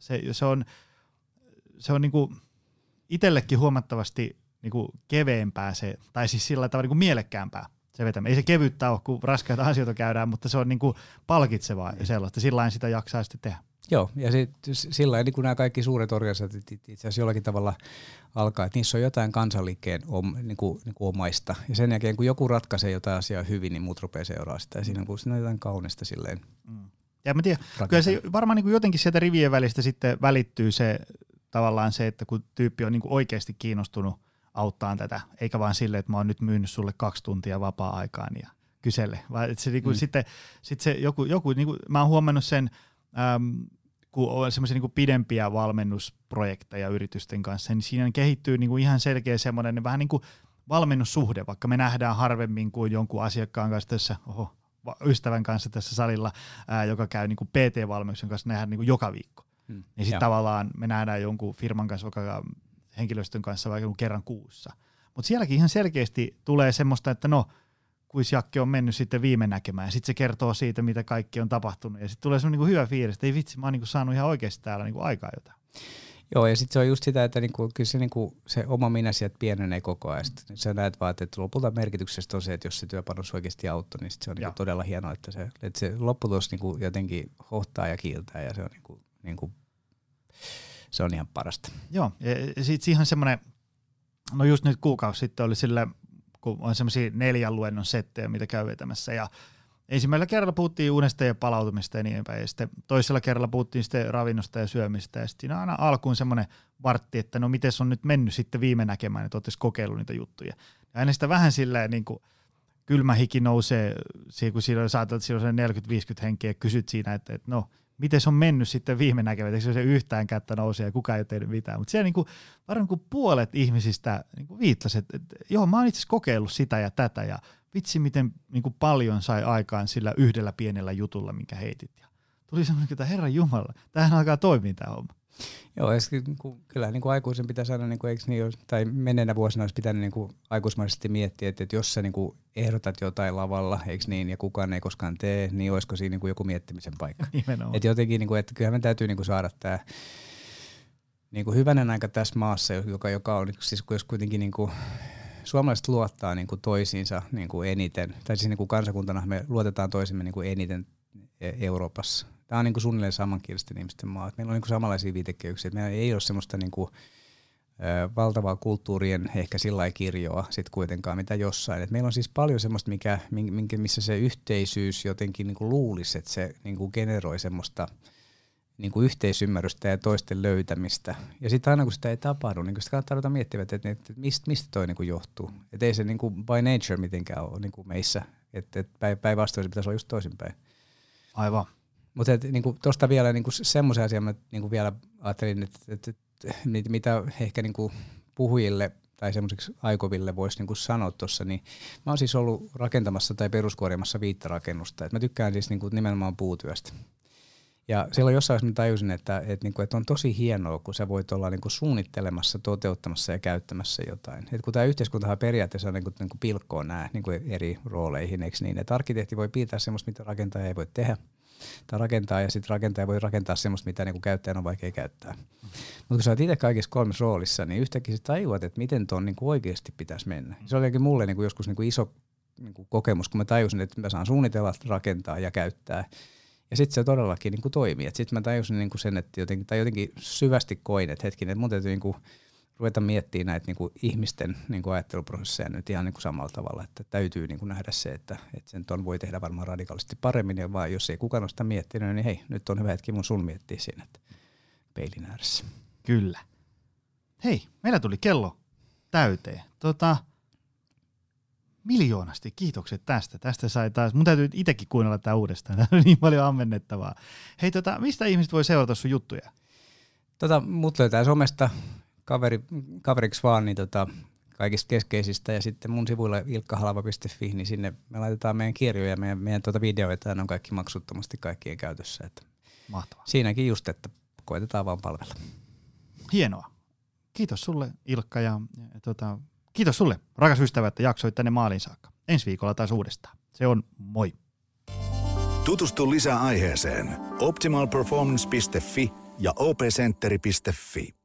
se on niin kuin itsellekin huomattavasti niin kuin keveämpää se, tai siis sillä tavalla niin kuin mielekkäämpää se vetäminen. Ei se kevyttä ole, kun raskaita asioita käydään, mutta se on niin kuin palkitsevaa ja sellaista. Sillain sitä jaksaa sitten tehdä. Joo, ja sillä tavalla niin nämä kaikki suuret organisaatiot itse asiassa jollakin tavalla alkaa, että niissä on jotain kansanliikkeen niin kuin omaista. Ja sen jälkeen, kun joku ratkaisee jotain asiaa hyvin, niin muut rupeaa seuraamaan sitä. Ja siinä on jotain kaunista silleen. Ja mä tiedän, kyllä se varmaan niin kuin jotenkin sieltä rivien välistä sitten välittyy se tavallaan se, että kun tyyppi on niin kuin oikeasti kiinnostunut auttaa tätä, eikä vaan silleen, että mä oon nyt myynyt sulle 2 tuntia vapaa-aikaan ja kysele. Vaan että se niin kuin sitten se joku niin kuin, mä oon huomannut sen, kun on semmoisia niin kuin pidempiä valmennusprojekteja yritysten kanssa, niin siinä kehittyy niin kuin ihan selkeä semmoinen vähän niin kuin valmennussuhde, vaikka me nähdään harvemmin kuin jonkun asiakkaan kanssa tässä, ystävän kanssa tässä salilla, joka käy niin kuin PT-valmennuksen kanssa, nähdään niin kuin joka viikko. Ja sitten tavallaan me nähdään jonkun firman kanssa, vaikka henkilöstön kanssa vaikka kerran kuussa. Mutta sielläkin ihan selkeästi tulee semmoista, että no, kuis Jakke on mennyt sitten viime näkemään, ja sitten se kertoo siitä, mitä kaikki on tapahtunut, ja sitten tulee semmoinen niinku hyvä fiilis, että ei vitsi, mä oon niinku saanut ihan oikeasti täällä niinku aikaa jotain. Joo, ja sitten se on just sitä, että niinku, kyllä se oma minä sieltä pienenee koko ajan. Sitten sä näet vaan, että lopulta merkityksestä on se, että jos se työpanos oikeasti auttoi, niin se on niinku todella hienoa, että se lopputulos niinku jotenkin hohtaa ja kiiltää, ja se on, niinku, se on ihan parasta. Joo, ja sitten ihan semmoinen, no just nyt kuukausi sitten oli sillä, kun on semmoisia 4 luennon settejä, mitä käy vetämässä, ja ensimmäisellä kerralla puhuttiin unesta ja palautumista ja niin päin, ja sitten toisella kerralla puhuttiin sitten ravinnosta ja syömistä, ja sitten aina alkuun semmoinen vartti, että no miten se on nyt mennyt sitten viime näkemään, että oottes kokeillut niitä juttuja. Ja aina sitä vähän silleen niin kuin kylmä hiki nousee, kun siinä saatat silloin 40-50 henkeä, ja kysyt siinä, että no, miten se on mennyt sitten viime näkemään, eikö se yhtään kättä nousee ja kukaan ei ole tehnyt mitään. Mutta siellä niinku, varmaan kun puolet ihmisistä niinku viittasi, että joo, mä oon itse asiassa kokeillut sitä ja tätä ja vitsi miten niinku paljon sai aikaan sillä yhdellä pienellä jutulla, minkä heitit. Ja tuli semmoinen, että Herran Jumala, tämähän alkaa toimia tämä homma. Joo, ja kyllä niin kuin aikuisen pitäisi aina, niin kuin, eikö niin, tai menneenä vuosina olisi pitänyt niin kuin aikuismaisesti miettiä, että jos sä niin kuin ehdotat jotain lavalla, eikö niin, ja kukaan ei koskaan tee, niin olisiko siinä niin kuin joku miettimisen paikka. Että jotenkin, niin kuin, että kyllähän me täytyy niin kuin saada tämä niin kuin hyvänen aika tässä maassa, joka on siis jos kuitenkin niin kuin, suomalaiset luottaa niin kuin toisiinsa niin kuin eniten, tai siis niin kuin kansakuntana me luotetaan toisimme niin kuin eniten Euroopassa. Tämä on niin kuin suunnilleen samankielisten ihmisten maa. Meillä on niin kuin samanlaisia viitekehyksiä. Meillä ei ole semmoista niin kuin, valtavaa kulttuurien ehkä sillä kirjoa sit kuitenkaan, mitä jossain. Et meillä on siis paljon semmoista, missä se yhteisyys jotenkin niin kuin luulisi, että se niin kuin generoi semmoista niin kuin yhteisymmärrystä ja toisten löytämistä. Ja sitten aina kun sitä ei tapahdu, niin sitä kannattaa ruveta miettimään, että mistä toi niin kuin johtuu. Että ei se niin kuin by nature mitenkään ole niin kuin meissä. Että päinvastoin se pitäisi olla just toisinpäin. Aivan. Mutta niinku, tuosta vielä niinku, semmoisen asian mä niinku, vielä ajattelin, että mitä ehkä niinku, puhujille tai semmoisiksi aikoville voisi niinku, sanoa tuossa, niin mä oon siis ollut rakentamassa tai peruskorjaamassa 5 rakennusta. Et mä tykkään siis niinku, nimenomaan puutyöstä. Ja silloin jossain vaiheessa mä tajusin, että on tosi hienoa, kun sä voit olla niinku, suunnittelemassa, toteuttamassa ja käyttämässä jotain. Et kun tämä yhteiskuntahan periaatteessa on niinku, pilkkoon nämä niinku, eri rooleihin, eikö niin? Että arkkitehti voi piirtää semmoista, mitä rakentaja ei voi tehdä. Tai rakentaa, ja sitten rakentaja voi rakentaa semmoista, mitä niinku käyttäjän on vaikea käyttää. Mutta kun sä oot itse kaikissa 3 roolissa, niin yhtäkkiä sä tajuat, että miten tuon niinku oikeasti pitäisi mennä. Se oli mulle niinku joskus niinku iso niinku kokemus, kun mä tajusin, että mä saan suunnitella, rakentaa ja käyttää. Ja sitten se todellakin niinku toimii. Sitten mä tajusin niinku sen, että jotenkin syvästi koin, että hetkinen, että mun täytyy niinku ruveta miettimään näitä niinku ihmisten niinku ajatteluprosesseja nyt ihan niinku samalla tavalla, että täytyy niinku nähdä se, että sen ton voi tehdä varmaan radikaalisti paremmin, ja vaan jos ei kukaan ole sitä miettinyt, niin hei, nyt on hyvä hetki mun sun miettiä siinä, että peilin ääressä. Kyllä. Hei, meillä tuli kello täyteen. miljoonasti kiitokset tästä. Tästä sai taas, mun täytyy itsekin kuunnella tämä uudestaan. Tämä on niin paljon ammennettavaa. Hei, mistä ihmiset voi seurata sun juttuja? Mut löytää somesta kaveriksi vaan niin kaikista keskeisistä ja sitten mun sivuilla ilkkahalava.fi, niin sinne me laitetaan meidän kirjoja ja meidän videoita, ne on kaikki maksuttomasti kaikkien käytössä. Että mahtavaa. Siinäkin just, että koitetaan vaan palvella. Hienoa. Kiitos sulle Ilkka ja kiitos sulle rakas ystävä, että jaksoit tänne maaliin saakka. Ensi viikolla taas uudestaan. Se on moi. Tutustu lisää aiheeseen optimalperformance.fi ja opcenteri.fi.